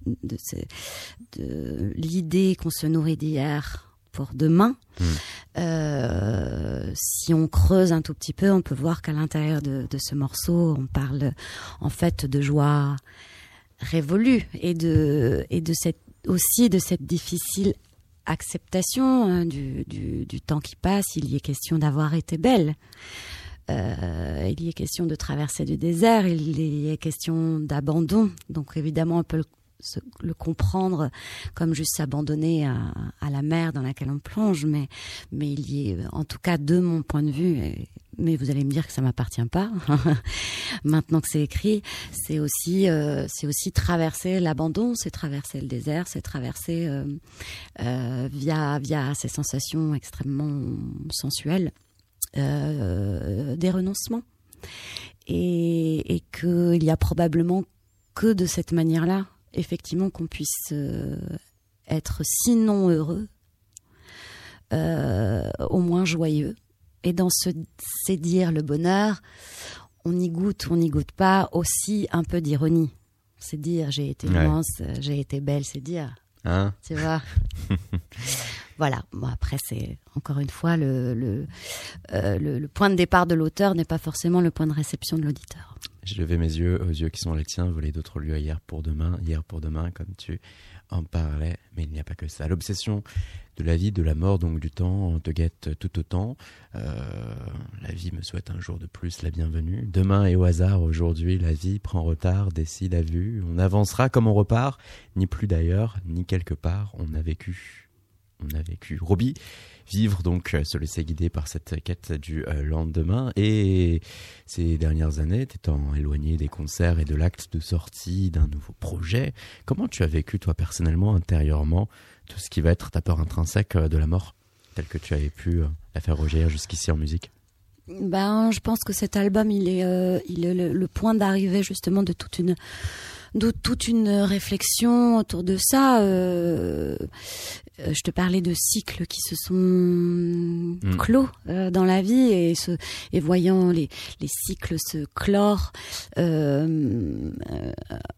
de, ces, de l'idée qu'on se nourrit d'hier pour demain. Mmh. Euh, si on creuse un tout petit peu, on peut voir qu'à l'intérieur de, de ce morceau, on parle en fait de joie révolue et de et de cette aussi de cette difficile acceptation hein, du, du du temps qui passe. Il y est question d'avoir été belle. Euh, il y est question de traverser du désert. Il y est question d'abandon. Donc évidemment, on peut le Se, le comprendre comme juste s'abandonner à, à la mer dans laquelle on plonge, mais, mais il y est, en tout cas de mon point de vue, et, mais vous allez me dire que ça m'appartient pas, maintenant que c'est écrit, c'est aussi, euh, c'est aussi traverser l'abandon, c'est traverser le désert, c'est traverser euh, euh, via, via ces sensations extrêmement sensuelles, euh, des renoncements. Et, et qu'il y a probablement que de cette manière-là, effectivement, qu'on puisse euh, être sinon heureux, euh, au moins joyeux. Et dans ce c'est dire le bonheur, on y goûte, on n'y goûte pas, aussi un peu d'ironie. C'est dire j'ai été ouais. immense, j'ai été belle, c'est dire. Hein tu vois. Voilà. Bon, après, c'est encore une fois le le, euh, le le point de départ de l'auteur n'est pas forcément le point de réception de l'auditeur. J'ai levé mes yeux aux yeux qui sont les tiens, volé d'autres lieux hier pour demain, hier pour demain, comme tu en parlais. Mais il n'y a pas que ça. L'obsession de la vie, de la mort, donc du temps, te guette tout autant. Euh, la vie me souhaite un jour de plus la bienvenue. Demain et au hasard, aujourd'hui, la vie prend retard, décide à vue. On avancera comme on repart, ni plus d'ailleurs, ni quelque part. On a vécu, on a vécu. Roby, vivre donc, se laisser guider par cette quête du euh, lendemain. Et ces dernières années, t'étant éloigné des concerts et de l'acte de sortie d'un nouveau projet, comment tu as vécu toi personnellement, intérieurement, tout ce qui va être ta peur intrinsèque de la mort, telle que tu avais pu euh, la faire rejaillir jusqu'ici en musique? Ben, je pense que cet album, il est, euh, il est le, le point d'arrivée justement de toute une, de toute une réflexion autour de ça. Euh, je te parlais de cycles qui se sont mmh. clos euh, dans la vie et, ce, et voyant les, les cycles se clore, euh, euh,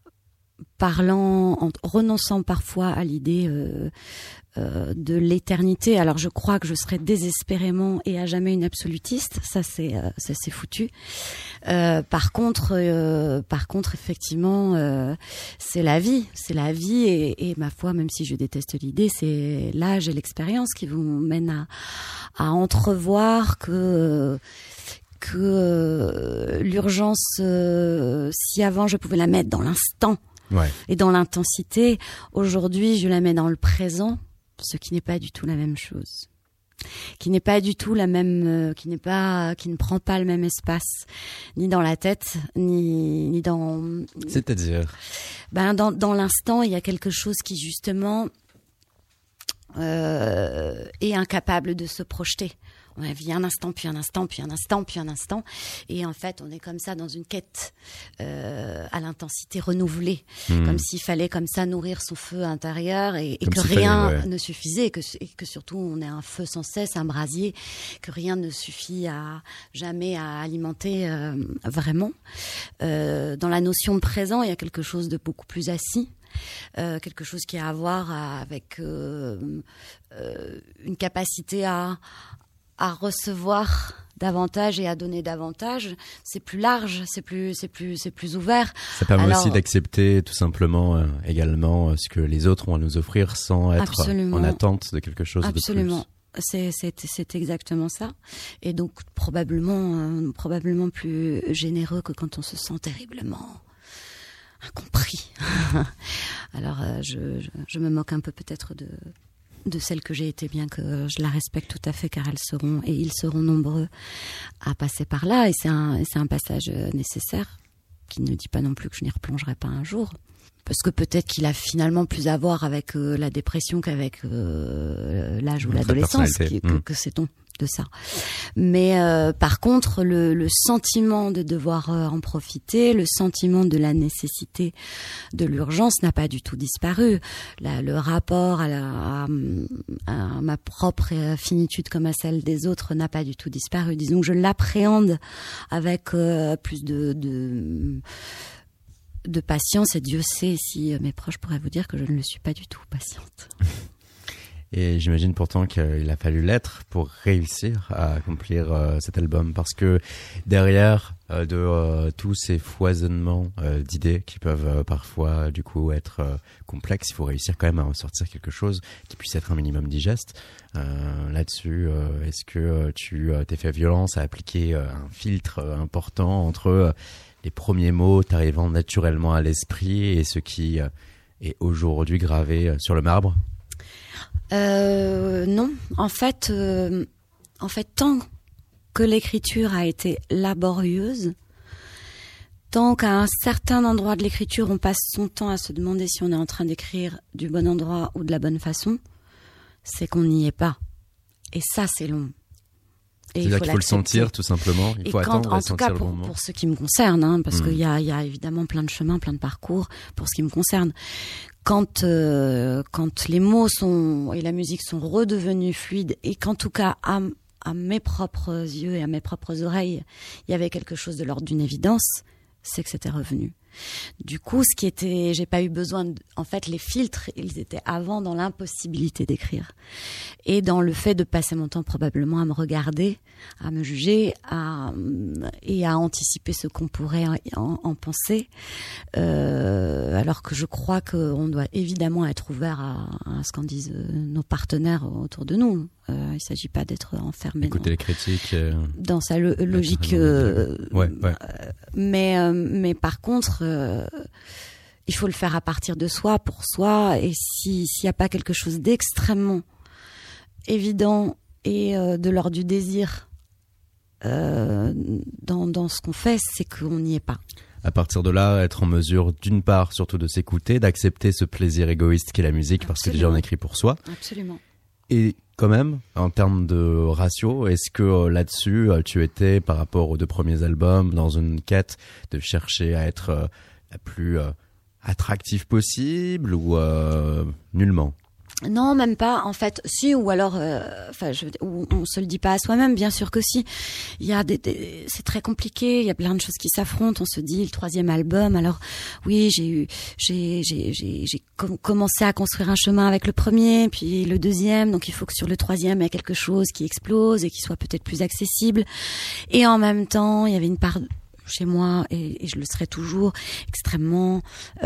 parlant, en renonçant parfois à l'idée euh, euh, de l'éternité. Alors je crois que je serais désespérément et à jamais une absolutiste. Ça c'est euh, ça c'est foutu. Euh, par contre, euh, par contre effectivement, euh, c'est la vie, c'est la vie et, et ma foi, même si je déteste l'idée, c'est l'âge et l'expérience qui vous mènent à, à entrevoir que euh, que euh, l'urgence, euh, si avant je pouvais la mettre dans l'instant. Ouais. Et dans l'intensité, aujourd'hui, je la mets dans le présent, ce qui n'est pas du tout la même chose, qui n'est pas du tout la même, euh, qui n'est pas, qui ne prend pas le même espace, ni dans la tête, ni ni dans. C'est-à-dire. Ben dans dans l'instant, il y a quelque chose qui justement euh, est incapable de se projeter. On vit un instant, puis un instant, puis un instant, puis un instant. Et en fait, on est comme ça dans une quête euh, à l'intensité renouvelée. Mmh. Comme s'il fallait comme ça nourrir son feu intérieur et, et que rien fallait, ouais. ne suffisait. Et que, et que surtout, on est un feu sans cesse, un brasier, que rien ne suffit à jamais à alimenter euh, vraiment. Euh, dans la notion de présent, il y a quelque chose de beaucoup plus assis. Euh, quelque chose qui a à voir avec euh, euh, une capacité à... à recevoir davantage et à donner davantage, c'est plus large, c'est plus, c'est plus, c'est plus ouvert. Ça permet Alors, aussi d'accepter tout simplement euh, également ce que les autres ont à nous offrir sans être en attente de quelque chose absolument. de plus. C'est, c'est, c'est exactement ça. Et donc probablement, euh, probablement plus généreux que quand on se sent terriblement incompris. Alors euh, je, je, je me moque un peu peut-être de de celles que j'ai été, bien que je la respecte tout à fait, car elles seront, et ils seront nombreux à passer par là, et c'est un, c'est un passage nécessaire, qui ne dit pas non plus que je n'y replongerai pas un jour, parce que peut-être qu'il a finalement plus à voir avec euh, la dépression qu'avec euh, l'âge ou l'adolescence, qui, que, mmh. que sait-on de ça. Mais euh, par contre, le, le sentiment de devoir euh, en profiter, le sentiment de la nécessité de l'urgence n'a pas du tout disparu. La, le rapport à, la, à, à ma propre finitude comme à celle des autres n'a pas du tout disparu. Disons que je l'appréhende avec euh, plus de... de de patience, et Dieu sait si euh, mes proches pourraient vous dire que je ne le suis pas du tout patiente. Et j'imagine pourtant qu'il a fallu l'être pour réussir à accomplir euh, cet album, parce que derrière euh, de euh, tous ces foisonnements euh, d'idées qui peuvent euh, parfois du coup être euh, complexes, il faut réussir quand même à en sortir quelque chose qui puisse être un minimum digeste. Euh, là-dessus, euh, est-ce que euh, tu euh, t'es fait violence à appliquer euh, un filtre euh, important entre euh, les premiers mots t'arrivant naturellement à l'esprit et ce qui euh, est aujourd'hui gravé euh, sur le marbre? Euh, non, en fait, euh, en fait, tant que l'écriture a été laborieuse, tant qu'à un certain endroit de l'écriture, on passe son temps à se demander si on est en train d'écrire du bon endroit ou de la bonne façon, c'est qu'on n'y est pas. Et ça, c'est long. Et C'est-à-dire qu'il faut le sentir, tout simplement. Il et faut quand, attendre en et tout sentir cas, le pour, bon moment. pour ce qui me concerne, hein, parce Mmh. qu'il y a, il y a évidemment plein de chemins, plein de parcours pour ce qui me concerne. Quand, euh, quand les mots sont et la musique sont redevenus fluides, et qu'en tout cas, à, à mes propres yeux et à mes propres oreilles, il y avait quelque chose de l'ordre d'une évidence, c'est que c'était revenu. Du coup, ce qui était, j'ai pas eu besoin de, en fait, les filtres, ils étaient avant dans l'impossibilité d'écrire. Et dans le fait de passer mon temps probablement à me regarder, à me juger, à, et à anticiper ce qu'on pourrait en, en, en penser. Euh, alors que je crois qu'on doit évidemment être ouvert à, à ce qu'en disent nos partenaires autour de nous. Euh, il s'agit pas d'être enfermé Écouter dans, les critiques. Euh... dans sa lo- logique. Euh, ouais, ouais. euh, mais, euh, mais par contre, euh, il faut le faire à partir de soi, pour soi. Et si, s'il n'y a pas quelque chose d'extrêmement évident et euh, de l'ordre du désir euh, dans, dans ce qu'on fait, c'est qu'on n'y est pas. À partir de là, être en mesure, d'une part, surtout de s'écouter, d'accepter ce plaisir égoïste qu'est la musique, Absolument. parce que déjà on écrit pour soi. Absolument. Et quand même, en termes de ratio, est-ce que euh, là-dessus, euh, tu étais, par rapport aux deux premiers albums, dans une quête de chercher à être euh, la plus euh, attractive possible, ou euh, nullement? Non, même pas. En fait, si, ou alors, enfin, euh, on, on se le dit pas à soi-même. Bien sûr que si. Il y a des, des c'est très compliqué. Il y a plein de choses qui s'affrontent. On se dit le troisième album. Alors, oui, j'ai eu, j'ai, j'ai, j'ai, j'ai com- commencé à construire un chemin avec le premier, puis le deuxième. Donc, il faut que sur le troisième, il y ait quelque chose qui explose et qui soit peut-être plus accessible. Et en même temps, il y avait une part chez moi, et, et je le serai toujours, extrêmement,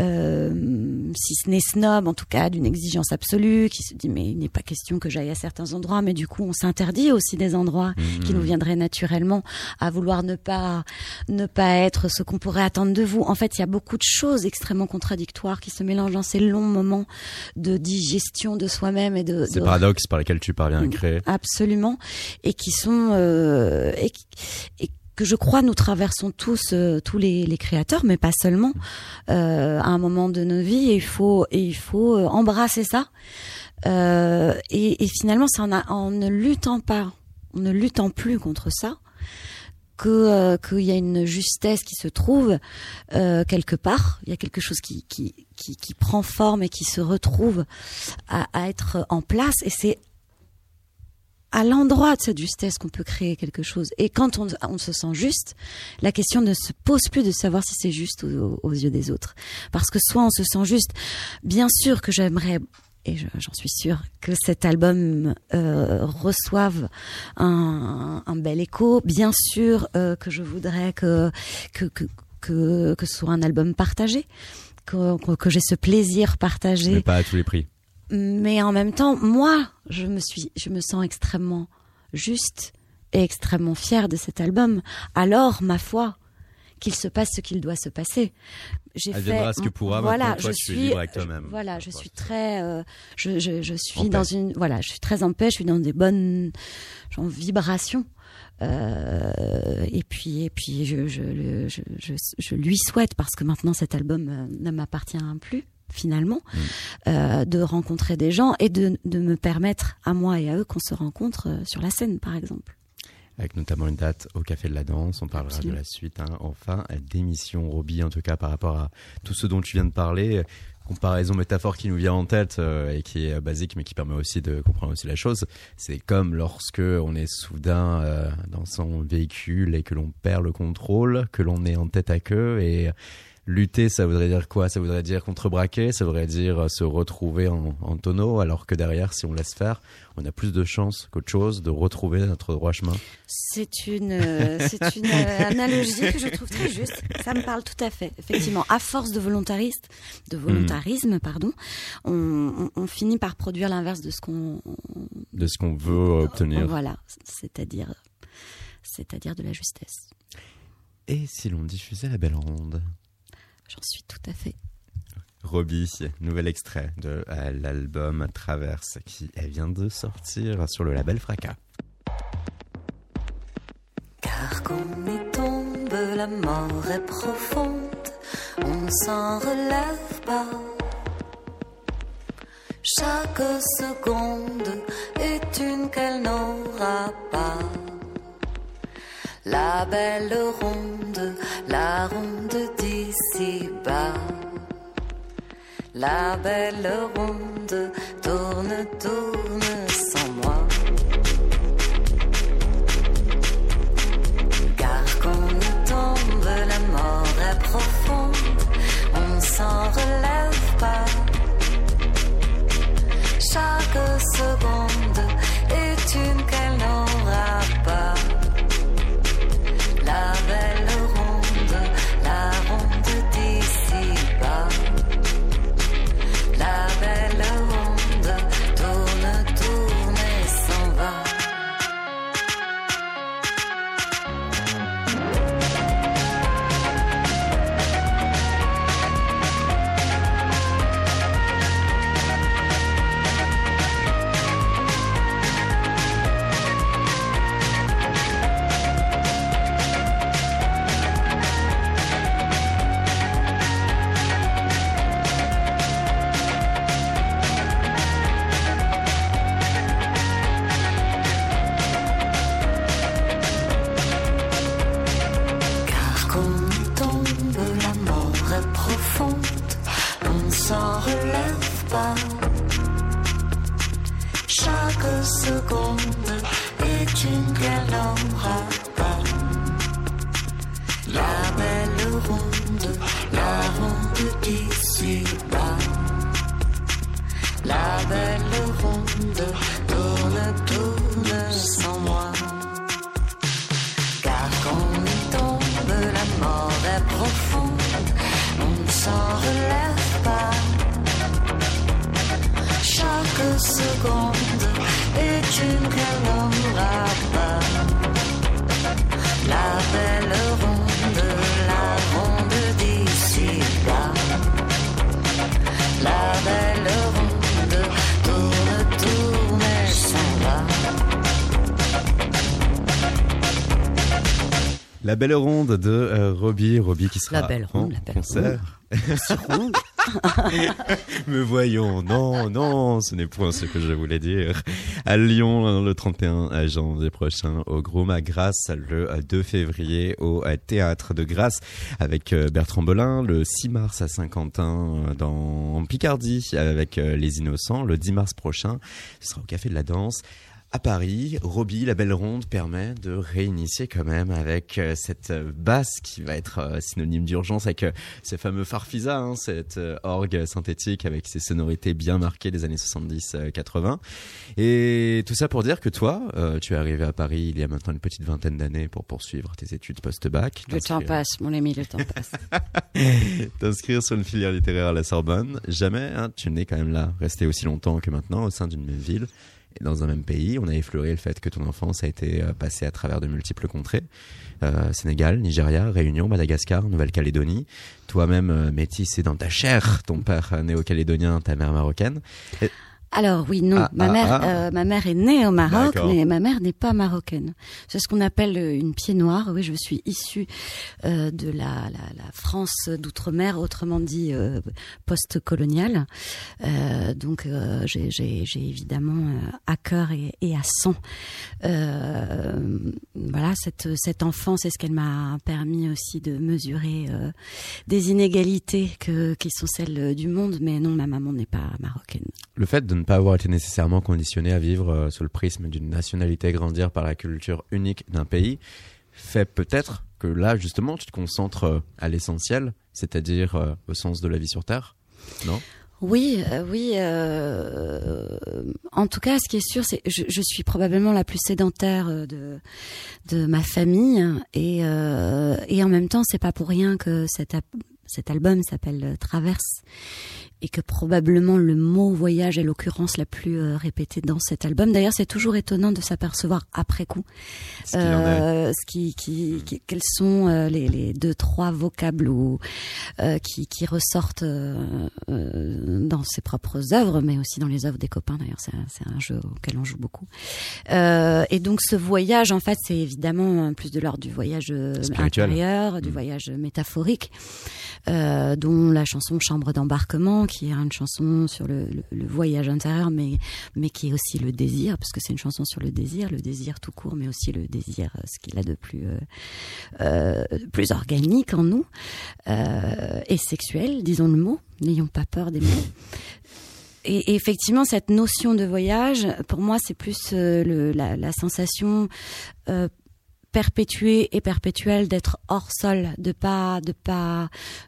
euh, si ce n'est snob, en tout cas d'une exigence absolue, qui se dit mais il n'est pas question que j'aille à certains endroits, mais du coup on s'interdit aussi des endroits mmh. qui nous viendraient naturellement, à vouloir ne pas ne pas être ce qu'on pourrait attendre de vous. En fait, il y a beaucoup de choses extrêmement contradictoires qui se mélangent dans ces longs moments de digestion de soi-même et de... Ces de... paradoxes par lesquels tu parviens à créer. Absolument, et qui sont... Euh, et, et que je crois nous traversons tous, euh, tous les, les créateurs, mais pas seulement, euh, à un moment de nos vies, et il faut, et il faut euh, embrasser ça. Euh, et, et finalement, c'est en, a, en ne luttant pas, en ne luttant plus contre ça, que euh, qu'il y a une justesse qui se trouve euh, quelque part. Il y a quelque chose qui, qui, qui, qui prend forme et qui se retrouve à, à être en place, et c'est à l'endroit de cette justesse qu'on peut créer quelque chose. Et quand on, on se sent juste, la question ne se pose plus de savoir si c'est juste aux, aux yeux des autres. Parce que soit on se sent juste, bien sûr que j'aimerais, et je, j'en suis sûre, que cet album euh, reçoive un, un bel écho. Bien sûr euh, que je voudrais que, que, que, que, que ce soit un album partagé, que, que, que j'ai ce plaisir partagé. Mais pas à tous les prix. Mais en même temps, moi, je me suis, je me sens extrêmement juste et extrêmement fière de cet album. Alors, ma foi, qu'il se passe ce qu'il doit se passer. J'ai Adviendra fait, ce que pourra. voilà, toi, je tu suis, es libre avec toi-même. Voilà, je suis très, euh, je, je, je suis En dans paix. une, voilà, je suis très en paix, je suis dans des bonnes, genre, vibrations. Euh, et puis, et puis, je, je, je, je, je, je lui souhaite, parce que maintenant cet album euh, ne m'appartient plus, finalement, mmh. euh, de rencontrer des gens et de, de me permettre, à moi et à eux, qu'on se rencontre euh, sur la scène, par exemple. Avec notamment une date au Café de la Danse. On parlera Absolument. de la suite, hein, enfin, d'émission, Roby, en tout cas, par rapport à tout ce dont tu viens de parler. Comparaison, métaphore qui nous vient en tête euh, et qui est basique, mais qui permet aussi de comprendre aussi la chose. C'est comme lorsque on est soudain euh, dans son véhicule et que l'on perd le contrôle, que l'on est en tête à queue et Lutter, ça voudrait dire quoi? Ça voudrait dire contrebraquer, ça voudrait dire se retrouver en, en tonneau, alors que derrière, si on laisse faire, on a plus de chances qu'autre chose de retrouver notre droit chemin. C'est une, euh, c'est une euh, analogie que je trouve très juste. Ça me parle tout à fait. Effectivement, à force de volontariste, de volontarisme, mmh. pardon, on, on, on finit par produire l'inverse de ce qu'on... De ce qu'on veut obtenir. Voilà, c'est-à-dire, c'est-à-dire de la justesse. Et si l'on diffusait La Belle Ronde? J'en suis tout à fait. Robbie, nouvel extrait de euh, l'album Traverse qui elle vient de sortir sur le label Fracas. Car qu'on y tombe, la mort est profonde, on s'en relève pas. Chaque seconde est une qu'elle n'aura pas. La belle ronde, la ronde d'ici-bas. La belle ronde tourne, tourne sans moi. Car qu'on y tombe, la mort est profonde, on s'en relève pas. Chaque seconde est une qu'elle n'aura pas. La belle ronde, la ronde d'ici-bas. La belle ronde tourne, tourne et s'en va. Chaque seconde est une qu'elle n'aura pas. La belle ronde, la ronde d'ici-bas. La belle ronde tourne, tourne sans moi. Car quand il tombe, la mort est profonde, on ne s'en relève pas. Chaque seconde est une qu'elle n'aura pas. La belle ronde, la ronde d'ici-bas. La belle ronde tourne, tourne et s'en va. La Belle Ronde de euh, Robbie, Robbie qui sera la belle ronde, en la belle concert. Ronde. Mais voyons, non, non, ce n'est point ce que je voulais dire. À Lyon, le trente et un janvier prochain, au Gros Ma Grasse, le deux février au Théâtre de Grasse avec Bertrand Belin, le six mars à Saint-Quentin dans Picardie avec Les Innocents, le dix mars prochain, ce sera au Café de la Danse. À Paris, Robbie, La Belle Ronde permet de réinitier quand même avec euh, cette euh, basse qui va être euh, synonyme d'urgence avec euh, ces fameux farfisa, hein, cette euh, orgue synthétique avec ses sonorités bien marquées des années soixante-dix quatre-vingts. Et tout ça pour dire que toi, euh, tu es arrivé à Paris il y a maintenant une petite vingtaine d'années pour poursuivre tes études post-bac. Le temps passe, mon ami, le temps passe. T'inscrire sur une filière littéraire à la Sorbonne. Jamais, hein, tu n'es quand même là, resté aussi longtemps que maintenant au sein d'une même ville. Et dans un même pays, on a effleuré le fait que ton enfance a été euh, passée à travers de multiples contrées. Euh, Sénégal, Nigeria, Réunion, Madagascar, Nouvelle-Calédonie. Toi-même euh, métissé dans ta chair, ton père euh, néo-calédonien, ta mère marocaine. Et... Alors oui, non, ah, ma ah, mère, ah. Euh, ma mère est née au Maroc, D'accord. mais ma mère n'est pas marocaine. C'est ce qu'on appelle une pied noire. Oui, je suis issue euh, de la, la, la France d'outre-mer, autrement dit euh, post-coloniale. Euh, donc euh, j'ai, j'ai, j'ai évidemment euh, à cœur et, et à sang. Euh, voilà, cette, cette enfance, c'est ce qu'elle m'a permis aussi de mesurer euh, des inégalités que, qui sont celles du monde. Mais non, ma maman n'est pas marocaine. Le fait de ne pas avoir été nécessairement conditionné à vivre euh, sous le prisme d'une nationalité, grandir par la culture unique d'un pays, fait peut-être que là, justement, tu te concentres euh, à l'essentiel, c'est-à-dire euh, au sens de la vie sur Terre, non ? Oui, euh, oui. Euh, en tout cas, ce qui est sûr, c'est je, je suis probablement la plus sédentaire de de ma famille, et euh, et en même temps, c'est pas pour rien que cet cet album s'appelle Traverse, et que probablement le mot voyage est l'occurrence la plus euh, répétée dans cet album. D'ailleurs, c'est toujours étonnant de s'apercevoir après coup ce, euh, ce qui, qui, qui, quels sont euh, les, les deux, trois vocables ou, euh, qui, qui ressortent euh, euh, dans ses propres œuvres, mais aussi dans les œuvres des copains. D'ailleurs, c'est un, c'est un jeu auquel on joue beaucoup. Euh, et donc, ce voyage, en fait, c'est évidemment plus de l'ordre du voyage spirituel, intérieur, du mmh. voyage métaphorique, euh, dont la chanson Chambre d'embarquement, qui est une chanson sur le, le, le voyage intérieur, mais, mais qui est aussi le désir, parce que c'est une chanson sur le désir, le désir tout court, mais aussi le désir, ce qu'il a de plus, euh, euh, plus organique en nous, euh, et sexuel, disons le mot, n'ayons pas peur des mots. Et, et effectivement, cette notion de voyage, pour moi, c'est plus euh, le, la, la sensation euh, perpétuée et perpétuelle d'être hors sol, de pas, de pas.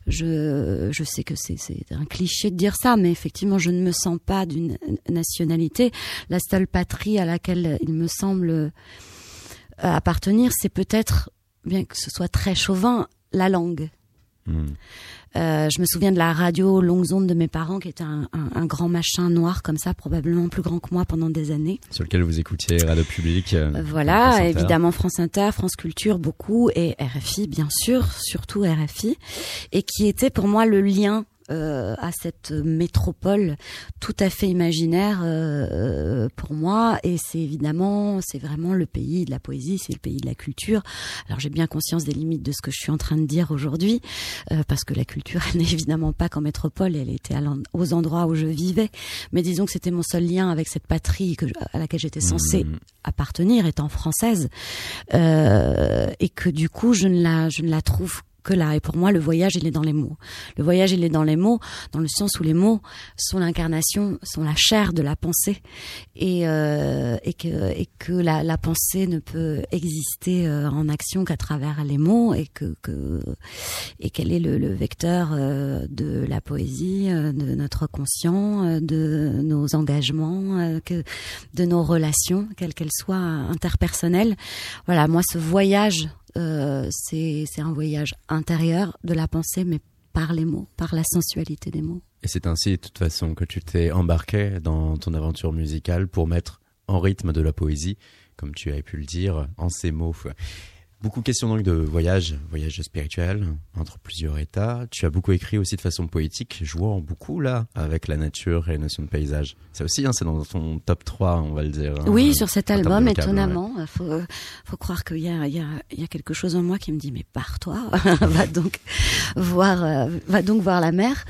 Je, je sais que c'est, c'est un cliché de dire ça, mais effectivement, je ne me sens pas d'une nationalité. La seule patrie à laquelle il me semble appartenir, c'est peut-être, bien que ce soit très chauvin, la langue. Mmh. Euh, je me souviens de la radio longues ondes de mes parents, qui était un, un, un grand machin noir comme ça, probablement plus grand que moi pendant des années. Sur lequel vous écoutiez Radio Public. Euh, voilà, France évidemment France Inter, France Culture, beaucoup, et R F I bien sûr, surtout R F I, et qui était pour moi le lien Euh, à cette métropole tout à fait imaginaire euh, pour moi, et c'est évidemment, c'est vraiment le pays de la poésie, c'est le pays de la culture. Alors j'ai bien conscience des limites de ce que je suis en train de dire aujourd'hui, euh, parce que la culture, elle n'est évidemment pas qu'en métropole, elle était à aux endroits où je vivais, mais disons que c'était mon seul lien avec cette patrie que, à laquelle j'étais censée mmh. appartenir, étant française, euh, et que du coup je ne la, je ne la trouve que là. Et pour moi, le voyage, il est dans les mots. Le voyage, il est dans les mots, dans le sens où les mots sont l'incarnation, sont la chair de la pensée, et euh, et que et que la, la pensée ne peut exister euh, en action qu'à travers les mots, et que que et qu'elle est le, le vecteur euh, de la poésie, euh, de notre conscient, euh, de nos engagements, euh, que de nos relations, quelles qu'elles soient interpersonnelles. Voilà, moi, ce voyage. Euh, c'est, c'est un voyage intérieur de la pensée, mais par les mots, par la sensualité des mots. Et c'est ainsi, de toute façon, que tu t'es embarqué dans ton aventure musicale pour mettre en rythme de la poésie, comme tu as pu le dire, en ces mots. Beaucoup de questions donc de voyage, voyage spirituel, entre plusieurs états. Tu as beaucoup écrit aussi de façon poétique, jouant beaucoup là avec la nature et les notions de paysage. Ça aussi, hein, c'est dans ton top trois, on va le dire. Hein, oui, sur cet album, vocable, étonnamment. Ouais. Faut, faut croire qu'il y a, il y a, il y a quelque chose en moi qui me dit, mais pars-toi, va donc voir, euh, va donc voir la mer.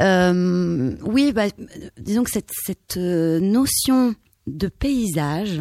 Euh, oui, bah, disons que cette, cette notion de paysage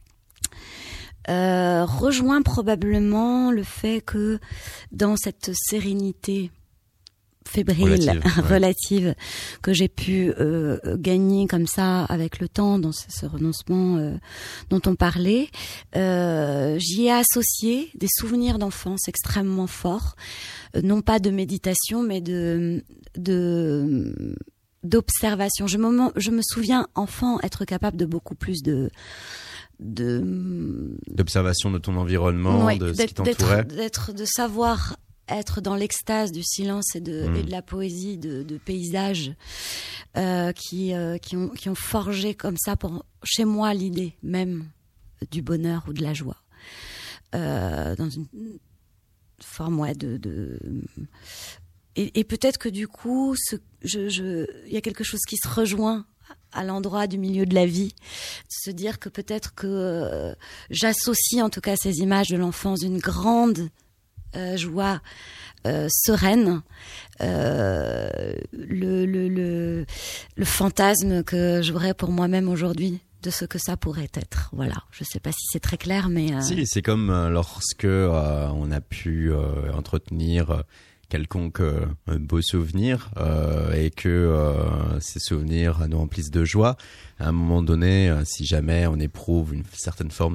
Euh, rejoint probablement le fait que dans cette sérénité fébrile, relative, ouais. relative que j'ai pu euh, gagner comme ça avec le temps, dans ce, ce renoncement euh, dont on parlait, euh, j'y ai associé des souvenirs d'enfance extrêmement forts, euh, non pas de méditation, mais de de d'observation. Je me, je me souviens enfant être capable de beaucoup plus de de d'observation de ton environnement, ouais, de ce qui t'entourait, d'être, d'être de savoir être dans l'extase du silence et de mmh. et de la poésie, de, de paysages euh, qui euh, qui ont qui ont forgé comme ça pour chez moi l'idée même du bonheur ou de la joie euh, dans une forme ouais de de et, et peut-être que du coup ce je je il y a quelque chose qui se rejoint à l'endroit du milieu de la vie, se dire que peut-être que euh, j'associe en tout cas ces images de l'enfance d'une grande euh, joie euh, sereine, euh, le, le, le, le fantasme que j'aurais pour moi-même aujourd'hui de ce que ça pourrait être. Voilà, je sais pas si c'est très clair, mais... Euh... Si, c'est comme euh, lorsque euh, on a pu euh, entretenir... Euh, quelconque euh, beau souvenir euh, et que euh, ces souvenirs nous remplissent de joie. À un moment donné, euh, si jamais on éprouve une certaine forme de,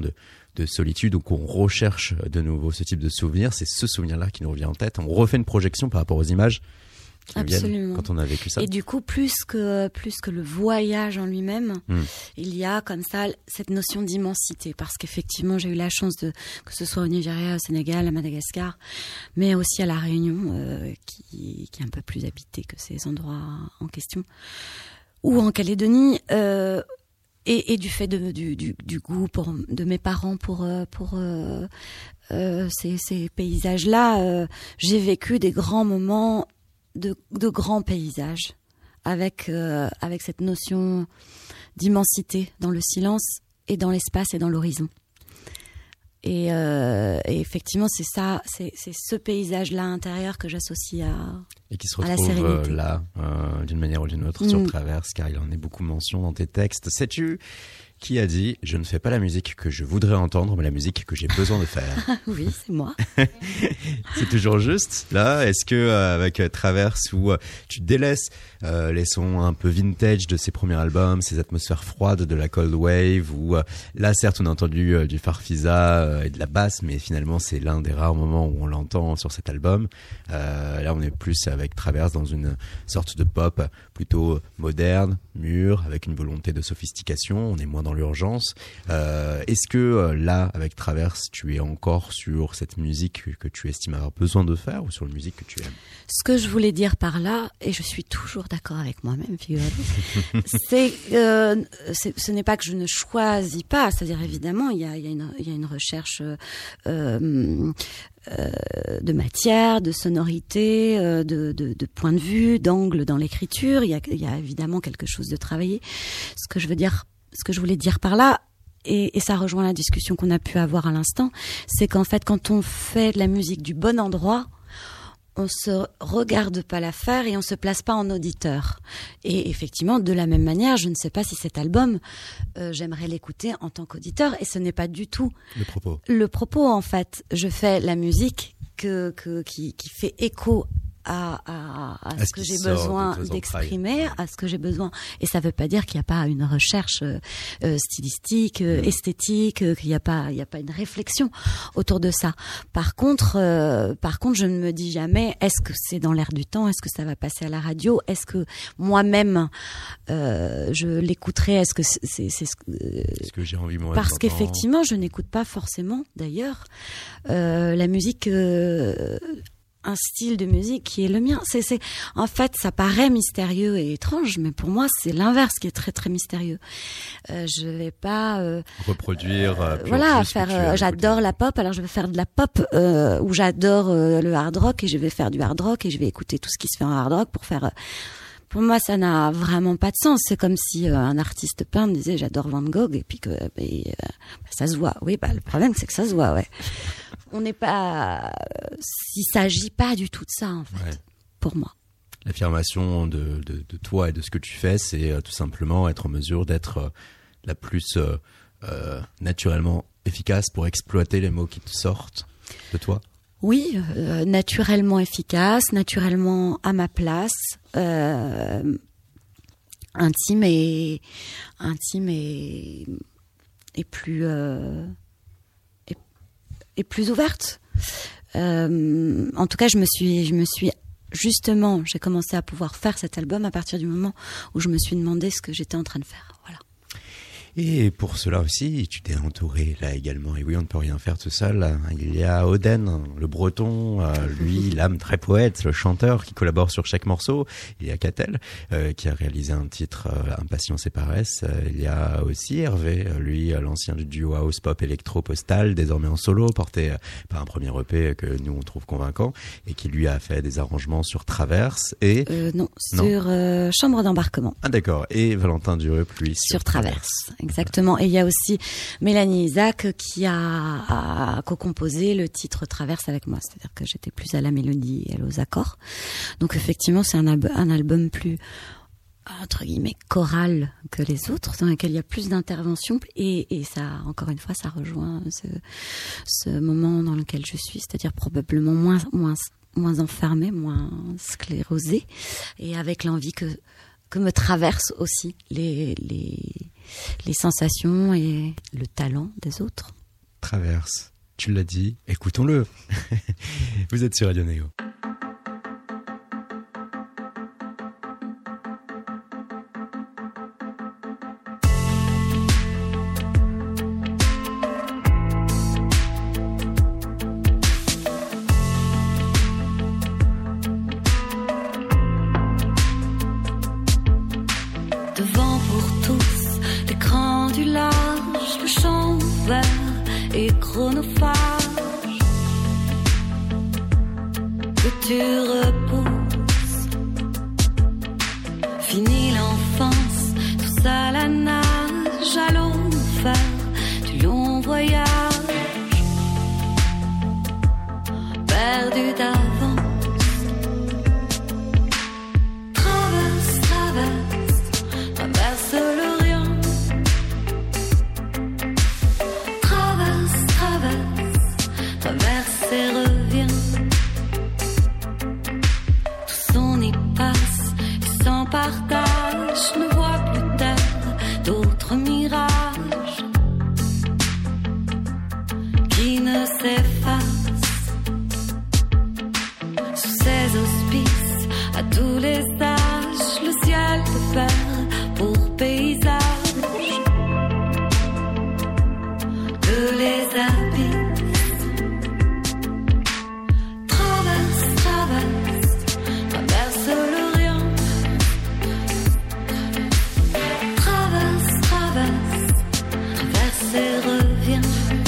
de solitude ou qu'on recherche de nouveau ce type de souvenir, c'est ce souvenir-là qui nous revient en tête. On refait une projection par rapport aux images qui nous viennent quand on a vécu ça. Et du coup, plus que, plus que le voyage en lui-même, mm. il y a comme ça cette notion d'immensité. Parce qu'effectivement, j'ai eu la chance de, que ce soit au Nigeria, au Sénégal, à Madagascar, mais aussi à La Réunion, euh, qui, qui est un peu plus habité que ces endroits en question, ou en Calédonie, euh, Et, et du fait de, du, du, du goût pour, de mes parents pour, pour euh, euh, ces, ces paysages-là, euh, j'ai vécu des grands moments de, de grands paysages avec, euh, avec cette notion d'immensité dans le silence et dans l'espace et dans l'horizon. Et, euh, et effectivement, c'est ça, c'est, c'est ce paysage-là intérieur que j'associe à et qui se retrouve euh, là, euh, d'une manière ou d'une autre, mmh. sur Traverse, car il en est beaucoup mention dans tes textes. Sais-tu qui a dit « Je ne fais pas la musique que je voudrais entendre, mais la musique que j'ai besoin de faire ». Oui, c'est moi. C'est toujours juste, là. Est-ce que euh, avec Traverse, où euh, tu délaisses euh, les sons un peu vintage de ses premiers albums, ces atmosphères froides de la Cold Wave, où euh, là, certes, on a entendu euh, du Farfisa euh, et de la basse, mais finalement, c'est l'un des rares moments où on l'entend sur cet album. Euh, là, on est plus avec Traverse dans une sorte de pop plutôt moderne, mûre, avec une volonté de sophistication. On est moins dans l'urgence. Euh, est-ce que euh, là, avec Traverse, tu es encore sur cette musique que tu estimes avoir besoin de faire ou sur une musique que tu aimes ? Ce que je voulais dire par là, et je suis toujours d'accord avec moi-même, figurez-vous, c'est, euh, c'est ce n'est pas que je ne choisis pas, c'est-à-dire évidemment, il y a, il y a, une, il y a une recherche euh, euh, de matière, de sonorité, euh, de, de, de point de vue, d'angle dans l'écriture. Il y a, il y a évidemment quelque chose de travaillé. Ce que je veux dire, ce que je voulais dire par là, et, et ça rejoint la discussion qu'on a pu avoir à l'instant, c'est qu'en fait, quand on fait de la musique du bon endroit, on se regarde pas la faire et on se place pas en auditeur. Et effectivement, de la même manière, je ne sais pas si cet album, euh, j'aimerais l'écouter en tant qu'auditeur, et ce n'est pas du tout le propos. Le propos, en fait, je fais la musique que, que qui, qui fait écho à, à, à, à ce que j'ai besoin d'exprimer, à ce que j'ai besoin. Et ça veut pas dire qu'il n'y a pas une recherche euh, stylistique, euh, mmh. esthétique, euh, qu'il n'y a pas, il y a pas une réflexion autour de ça. Par contre, euh, par contre, je ne me dis jamais, est-ce que c'est dans l'air du temps, est-ce que ça va passer à la radio, est-ce que moi-même euh, je l'écouterai, est-ce que c'est, c'est, c'est euh, est-ce que j'ai envie moi parce qu'effectivement, je n'écoute pas forcément, d'ailleurs, euh, la musique. Euh, un style de musique qui est le mien. C'est, c'est, en fait, ça paraît mystérieux et étrange, mais pour moi, c'est l'inverse qui est très, très mystérieux. Euh, je vais pas euh, reproduire. Euh, voilà, faire. Euh, j'adore la pop, alors je vais faire de la pop, euh, ou j'adore euh, le hard rock et je vais faire du hard rock et je vais écouter tout ce qui se fait en hard rock pour faire. Euh, Pour moi, ça n'a vraiment pas de sens. C'est comme si euh, un artiste peintre disait j'adore Van Gogh et puis que bah, euh, bah, ça se voit. Oui, bah le problème c'est que ça se voit, ouais. On n'est pas, euh, il s'agit pas du tout de ça en fait, ouais. Pour moi. L'affirmation de, de de toi et de ce que tu fais, c'est euh, tout simplement être en mesure d'être euh, la plus euh, euh, naturellement efficace pour exploiter les mots qui te sortent de toi. Oui, euh, naturellement efficace, naturellement à ma place, euh, intime et intime et et plus euh, et, et plus ouverte. Euh, en tout cas, je me suis je me suis justement, j'ai commencé à pouvoir faire cet album à partir du moment où je me suis demandé ce que j'étais en train de faire. Voilà. Et pour cela aussi, tu t'es entouré là également. Et oui, on ne peut rien faire tout seul. Il y a Oden, le breton, euh, lui, l'âme très poète, le chanteur qui collabore sur chaque morceau. Il y a Catel, euh, qui a réalisé un titre, euh, Impatience et Paresse. Euh, il y a aussi Hervé, lui, l'ancien du duo house pop électro postal, désormais en solo, porté par un premier E P que nous on trouve convaincant et qui lui a fait des arrangements sur Traverse et euh, non, non sur euh, Chambre d'embarquement. Ah d'accord. Et Valentin Durup, lui, sur, sur Traverse. Traverse. Exactement. Et il y a aussi Mélanie Isaac qui a, a co-composé le titre Traverse avec moi. C'est-à-dire que j'étais plus à la mélodie et elle aux accords. Donc effectivement, c'est un, al- un album plus, entre guillemets, choral que les autres, dans lequel il y a plus d'interventions. Et, et ça, encore une fois, ça rejoint ce, ce moment dans lequel je suis. C'est-à-dire probablement moins, moins, moins enfermée, moins sclérosée. Et avec l'envie que, que me traversent aussi les, les, les sensations et le talent des autres. Traverse. Tu l'as dit, écoutons-le. Vous êtes sur Radio Néo. Devant pour tous, l'écran du large, le champ ouvert et chronophage. Que tu reposes, fini l'enfance, tous à la nage, allons faire du long voyage. Perdu d'avance, traverse, traverse, traverse l'Orient. Traverse, traverse, traverse et revient. Tous on y passe et sans partage, ne voit plus terre, d'autres mirages qui ne s'effacent. Sous ses auspices, à tous les âges, le ciel te perd pour paysage. Que les abysses traverse, traverse, traverse l'Orient. Traverse, traverse, traverse et revient.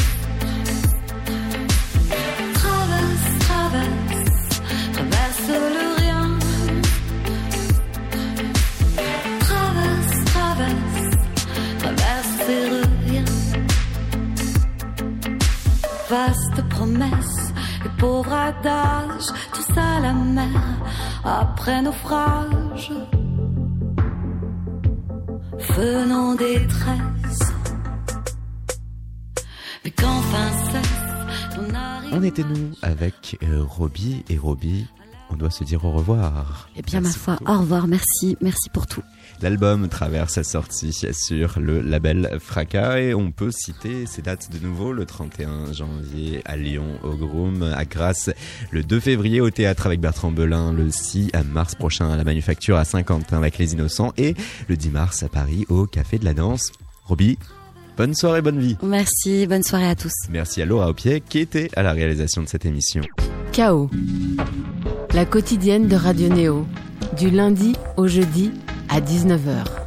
Traverse, traverse, traverse l'Orient. Traverse, traverse, traverse et revient. Vaste promesse et pauvre adage, tous à la mer après naufrage. Venons détresse, mais qu'enfin cesse ton arrivée. On était nous avec euh, Roby et Roby. On doit se dire au revoir. Eh bien, Merci ma foi, beaucoup. au revoir, merci, merci pour tout. L'album Traverse sa sortie sur le label Fracas et on peut citer ces dates de nouveau, le trente et un janvier à Lyon au Groom, à Grasse le deux février au Théâtre avec Bertrand Belin, le six mars prochain à la Manufacture à Saint-Quentin avec Les Innocents et le dix mars à Paris au Café de la Danse. Roby, bonne soirée, bonne vie. Merci, bonne soirée à tous. Merci à Laura Aupier qui était à la réalisation de cette émission. K O. La quotidienne de Radio Néo. Du lundi au jeudi à dix-neuf heures.